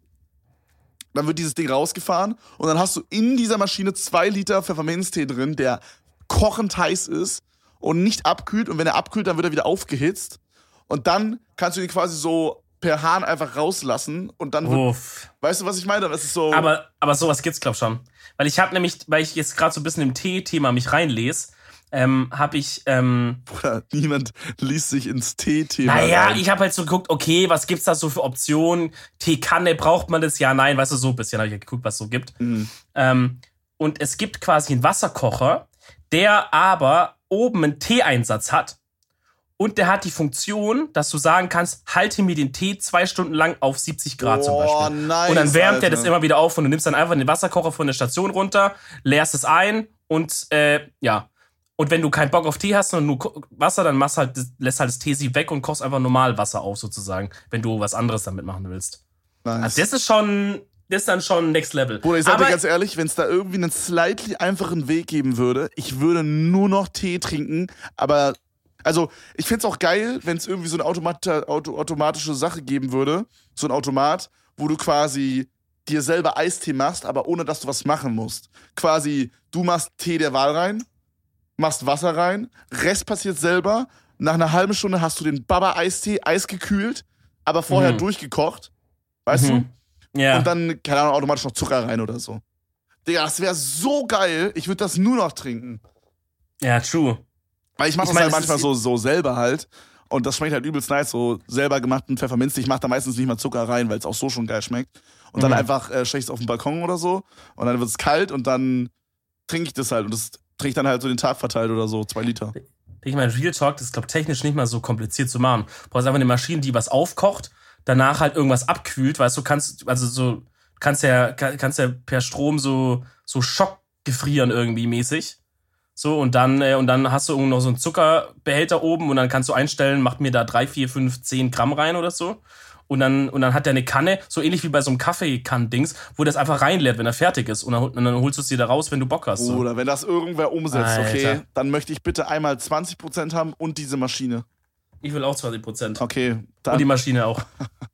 Dann wird dieses Ding rausgefahren und dann hast du in dieser Maschine zwei Liter Pfefferminztee drin, der kochend heiß ist und nicht abkühlt. Und wenn er abkühlt, dann wird er wieder aufgehitzt. Und dann kannst du ihn quasi so per Hahn einfach rauslassen und dann wird, Uff. weißt du, was ich meine? Das ist so. Aber, aber sowas gibt's, glaub schon. Weil ich habe nämlich, weil ich jetzt gerade so ein bisschen im Tee-Thema mich reinlese, ähm, habe ich, ähm, Bruder, niemand liest sich ins Tee-Thema naja, rein. ich habe halt so geguckt, okay, was gibt's da so für Optionen? Teekanne, braucht man das? Ja, nein, weißt du, so ein bisschen habe ich geguckt, was es so gibt. Mhm. Ähm, und es gibt quasi einen Wasserkocher, der aber oben einen Teeeinsatz hat. Und der hat die Funktion, dass du sagen kannst, halte mir den Tee zwei Stunden lang auf siebzig Grad zum Boah, Beispiel. nice, und dann wärmt Alter. er das immer wieder auf und du nimmst dann einfach den Wasserkocher von der Station runter, leerst es ein und äh, ja. Und wenn du keinen Bock auf Tee hast, sondern nur Ko- Wasser, dann machst halt, das- lässt halt das Teesieb weg und kochst einfach normal Wasser auf sozusagen, wenn du was anderes damit machen willst. Nice. Also das ist schon, das ist dann schon Next Level. Bruder, ich sag dir Aber ganz ehrlich, wenn es da irgendwie einen slightly einfachen Weg geben würde, ich würde nur noch Tee trinken, aber also ich find's auch geil, wenn es irgendwie so eine Automat Auto automatische Sache geben würde, so ein Automat, wo du quasi dir selber Eistee machst, aber ohne dass du was machen musst. Quasi, du machst Tee der Wahl rein, machst Wasser rein, Rest passiert selber, nach einer halben Stunde hast du den Baba-Eistee eisgekühlt, aber vorher Mhm. durchgekocht, weißt Mhm. Ja. du? Und dann, keine Ahnung, automatisch noch Zucker rein oder so. Digga, das wäre so geil, ich würde das nur noch trinken. ja, true. Weil ich mache Ich das mein, halt das manchmal ist- so, so selber halt. Und das schmeckt halt übelst nice, so selber gemachten Pfefferminz. Ich mache da meistens nicht mal Zucker rein, weil es auch so schon geil schmeckt. Und dann Mhm. einfach äh, stelle ich es auf den Balkon oder so. Und dann wird es kalt und dann trinke ich das halt. Und das trinke ich dann halt so den Tag verteilt oder so, zwei Liter. Ich meine, Real Talk, das ist, glaube ich, technisch nicht mal so kompliziert zu machen. Du brauchst einfach eine Maschine, die was aufkocht, danach halt irgendwas abkühlt, weißt du, kannst, also so, kannst ja, kannst ja per Strom so, so Schock gefrieren irgendwie mäßig. So, und dann, äh, und dann hast du irgendwo noch so einen Zuckerbehälter oben und dann kannst du einstellen, mach mir da drei, vier, fünf, zehn Gramm rein oder so. Und dann, und dann hat der eine Kanne, so ähnlich wie bei so einem Kaffeekann-Dings, wo das einfach reinleert, wenn er fertig ist. Und dann, und dann holst du es dir da raus, wenn du Bock hast. So. Oder wenn das irgendwer umsetzt, okay, Alter. dann möchte ich bitte einmal zwanzig Prozent haben und diese Maschine. Ich will auch zwanzig Prozent. Okay, Und die dann. Maschine auch.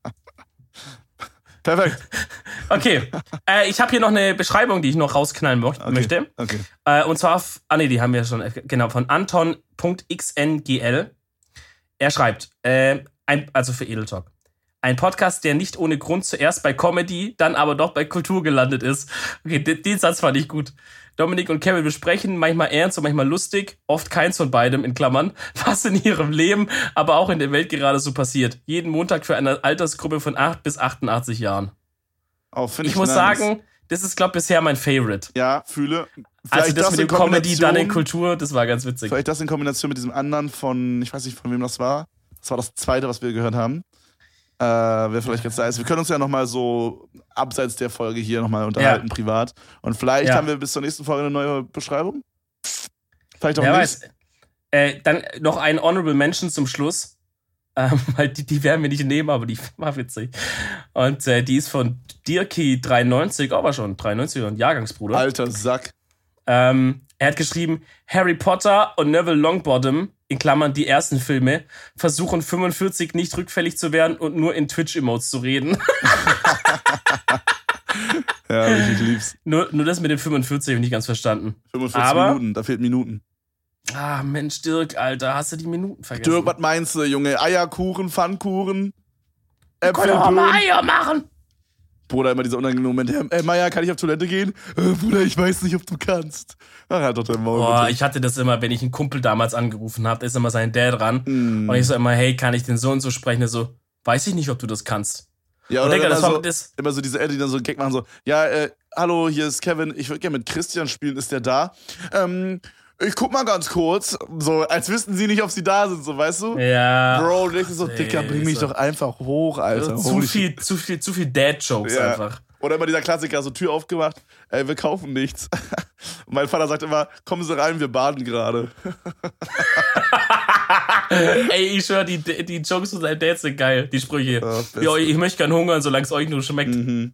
Perfekt. Okay, äh, ich habe hier noch eine Beschreibung, die ich noch rausknallen mo Okay. möchte. Okay. Äh, und zwar, f- ah nee, die haben wir schon, äh, genau, von Anton.xngl. Er schreibt, äh, ein, also für Edeltalk, ein Podcast, der nicht ohne Grund zuerst bei Comedy, dann aber doch bei Kultur gelandet ist. Okay, den, den Satz fand ich gut. Dominik und Kevin besprechen, manchmal ernst und manchmal lustig, oft keins von beidem, in Klammern, was in ihrem Leben, aber auch in der Welt gerade so passiert. Jeden Montag für eine Altersgruppe von acht bis achtundachtzig Jahren. Oh, find Ich muss nice. sagen, das ist, glaube ich, bisher mein Favorite. Ja, fühle. Also Vielleicht das mit dem in Comedy, dann in Kombination- Kultur, das war ganz witzig. Vielleicht das in Kombination mit diesem anderen von, ich weiß nicht, von wem das war. Das war das zweite, was wir gehört haben. Äh, Wäre vielleicht ganz nice. Wir können uns ja nochmal so abseits der Folge hier nochmal unterhalten, Ja. privat. Und vielleicht Ja. haben wir bis zur nächsten Folge eine neue Beschreibung. Vielleicht auch Wer nicht. weiß. Äh, dann noch ein Honorable Mention zum Schluss. Ähm, weil die, die werden wir nicht nehmen, aber die war witzig. Und äh, die ist von Dirki dreiundneunzig, aber schon dreiundneunziger und Jahrgangsbruder. Alter Sack. Ähm, er hat geschrieben, Harry Potter und Neville Longbottom, in Klammern die ersten Filme, versuchen fünfundvierzig nicht rückfällig zu werden und nur in Twitch-Emotes zu reden. Ja, ich lieb's. nur, nur das mit den fünfundvierzig habe ich nicht ganz verstanden. fünfundvierzig Aber- Minuten, da fehlt Minuten. Ah, Mensch, Dirk, Alter, hast du die Minuten vergessen? Dirk, was meinst du, Junge? Eierkuchen, Pfannkuchen? Äpfel, Können wir mal Birnen. Eier machen? Bruder, immer dieser unangenehme Moment. Ey, Maya, kann ich auf Toilette gehen? Äh, Bruder, ich weiß nicht, ob du kannst. Ach, halt doch dein Maul. Boah, bitte. ich hatte das immer, wenn ich einen Kumpel damals angerufen habe, da ist immer sein Dad dran. Mm. Und ich so immer, hey, kann ich den so und so sprechen? Er so, weiß ich nicht, ob du das kannst. Ja, Und oder Digga, immer, das war so, das. immer so diese Eltern, die dann so einen Gag machen, so, ja, äh, hallo, hier ist Kevin, ich würde gerne mit Christian spielen, ist der da? Ähm, ich guck mal ganz kurz, so, als wüssten sie nicht, ob sie da sind, so, weißt du? Ja. Bro, du denkst so, Dicker, bring mich so. doch einfach hoch, Alter. zu Holy viel, zu viel, zu viel Dad-Jokes Ja. einfach. Oder immer dieser Klassiker, so Tür aufgemacht, ey, wir kaufen nichts. Und mein Vater sagt immer, kommen Sie rein, wir baden gerade. Ey, ich schwör, die, die Jokes von seinem Dad sind geil, die Sprüche. Ja, beste. Ja, ich möchte keinen hungern, solange es euch nur schmeckt. Mhm.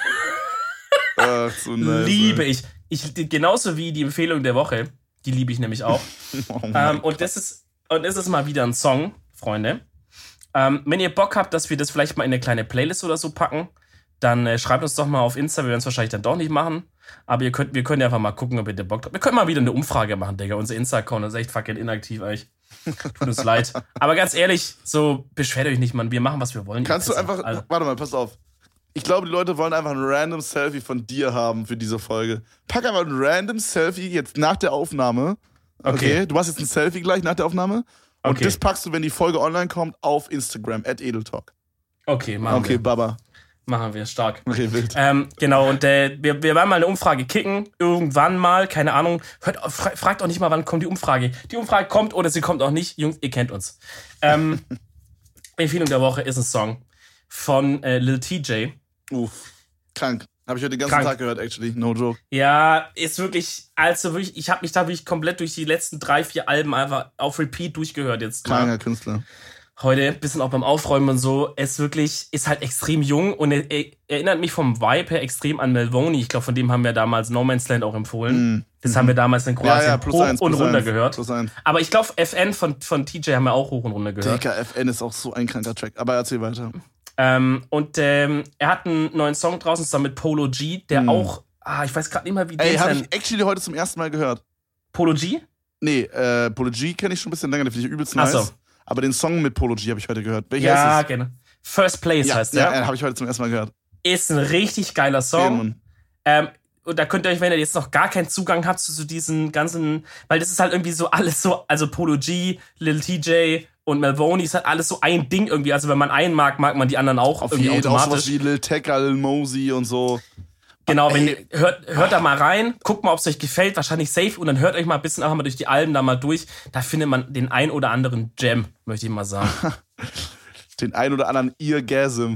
Ach, so nice. Liebe ich. ich. Genauso wie die Empfehlung der Woche, die liebe ich nämlich auch. Oh mein ähm, Gott. und, das ist, und das ist mal wieder ein Song, Freunde. Ähm, wenn ihr Bock habt, dass wir das vielleicht mal in eine kleine Playlist oder so packen, dann äh, schreibt uns doch mal auf Insta, wir werden es wahrscheinlich dann doch nicht machen. Aber ihr könnt, wir können ja einfach mal gucken, ob ihr den Bock habt. Wir können mal wieder eine Umfrage machen, Digga. Unser Insta-Account ist echt fucking inaktiv eigentlich. Tut uns leid. Aber ganz ehrlich, so beschwert euch nicht, Mann. Wir machen, was wir wollen. Kannst du Ihr Pisser. einfach, Also, warte mal, pass auf. Ich glaube, die Leute wollen einfach ein random Selfie von dir haben für diese Folge. Pack einfach ein random Selfie jetzt nach der Aufnahme. Okay. Okay. Du machst jetzt ein Selfie gleich nach der Aufnahme. Und Okay. das packst du, wenn die Folge online kommt, auf Instagram, at edeltalk. okay, machen Okay, wir. Baba. Machen wir, stark. Okay, wild. Ähm, genau, und äh, wir, wir werden mal eine Umfrage kicken. Irgendwann mal, keine Ahnung. Hört, fra fragt auch nicht mal, wann kommt die Umfrage. Die Umfrage kommt oder sie kommt auch nicht. Jungs, ihr kennt uns. Ähm, Empfehlung der Woche ist ein Song von äh, Lil T J. Uff. Krank. Habe ich heute den ganzen Krank. Tag gehört, actually. No joke. Ja, ist wirklich, also wirklich, ich habe mich da wirklich komplett durch die letzten drei, vier Alben einfach auf Repeat durchgehört jetzt. Kranker Mal. Künstler. Heute, ein bisschen auch beim Aufräumen und so. Es wirklich, ist halt extrem jung und er, er erinnert mich vom Vibe her extrem an Melvoni. Ich glaube, von dem haben wir damals No Man's Land auch empfohlen. Mm. Das haben wir damals in Kroatien Ja, ja, plus hoch eins, und plus runter eins, gehört. plus eins. Aber ich glaube, F N von, von T J haben wir auch hoch und runter gehört. Digga, F N ist auch so ein kranker Track. Aber erzähl weiter. Ähm, und ähm, er hat einen neuen Song draußen zusammen mit Polo G, der Mm. auch, ah, ich weiß gerade nicht mal, wie Ey, der habe sein... ich actually heute zum ersten Mal gehört. Polo G? Nee, äh, Polo G kenne ich schon ein bisschen länger, den finde ich übelst Ach nice. so. Aber den Song mit Polo G habe ich heute gehört. Welcher Ja, ist genau. First Place es? heißt ja, der. ja, habe ich heute zum ersten Mal gehört. Ist ein richtig geiler Song. Ehrenmann. Ähm, und da könnt ihr euch, wenn ihr jetzt noch gar keinen Zugang habt zu so diesen ganzen, weil das ist halt irgendwie so alles so, also Polo G, Lil T J und Melvoni ist halt alles so ein Ding irgendwie. Also wenn man einen mag, mag man die anderen auch Auf irgendwie jeden Fall auch automatisch. sowas wie Lil Tecca, Lil Mosey und so. Genau, wenn Ey. ihr, hört, hört da mal rein, guckt mal, ob es euch gefällt, wahrscheinlich safe und dann hört euch mal ein bisschen einfach mal durch die Alben da mal durch. Da findet man den ein oder anderen Gem, möchte ich mal sagen. Den ein oder anderen Eargasm.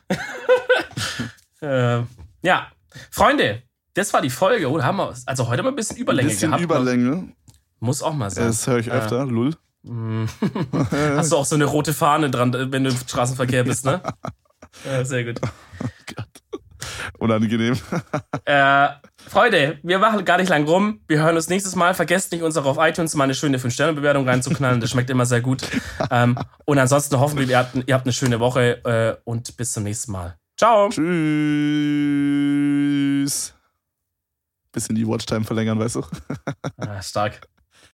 äh, ja, Freunde, das war die Folge, oder? Haben wir, also heute mal ein bisschen Überlänge Ein bisschen gehabt. Überlänge. Muss auch mal sein. Das höre ich öfter. Lull. Hast du auch so eine rote Fahne dran, wenn du im Straßenverkehr bist, ne? Ja, sehr gut. Oh Gott. Unangenehm. Äh, Freunde, wir machen gar nicht lang rum. Wir hören uns nächstes Mal. Vergesst nicht, uns auch auf iTunes mal eine schöne fünf Sterne Bewertung reinzuknallen. Das schmeckt immer sehr gut. Ähm, und ansonsten hoffen wir, ihr habt, ihr habt eine schöne Woche äh, und bis zum nächsten Mal. Ciao. Tschüss. Bisschen die Watchtime verlängern, weißt du? Ah, stark.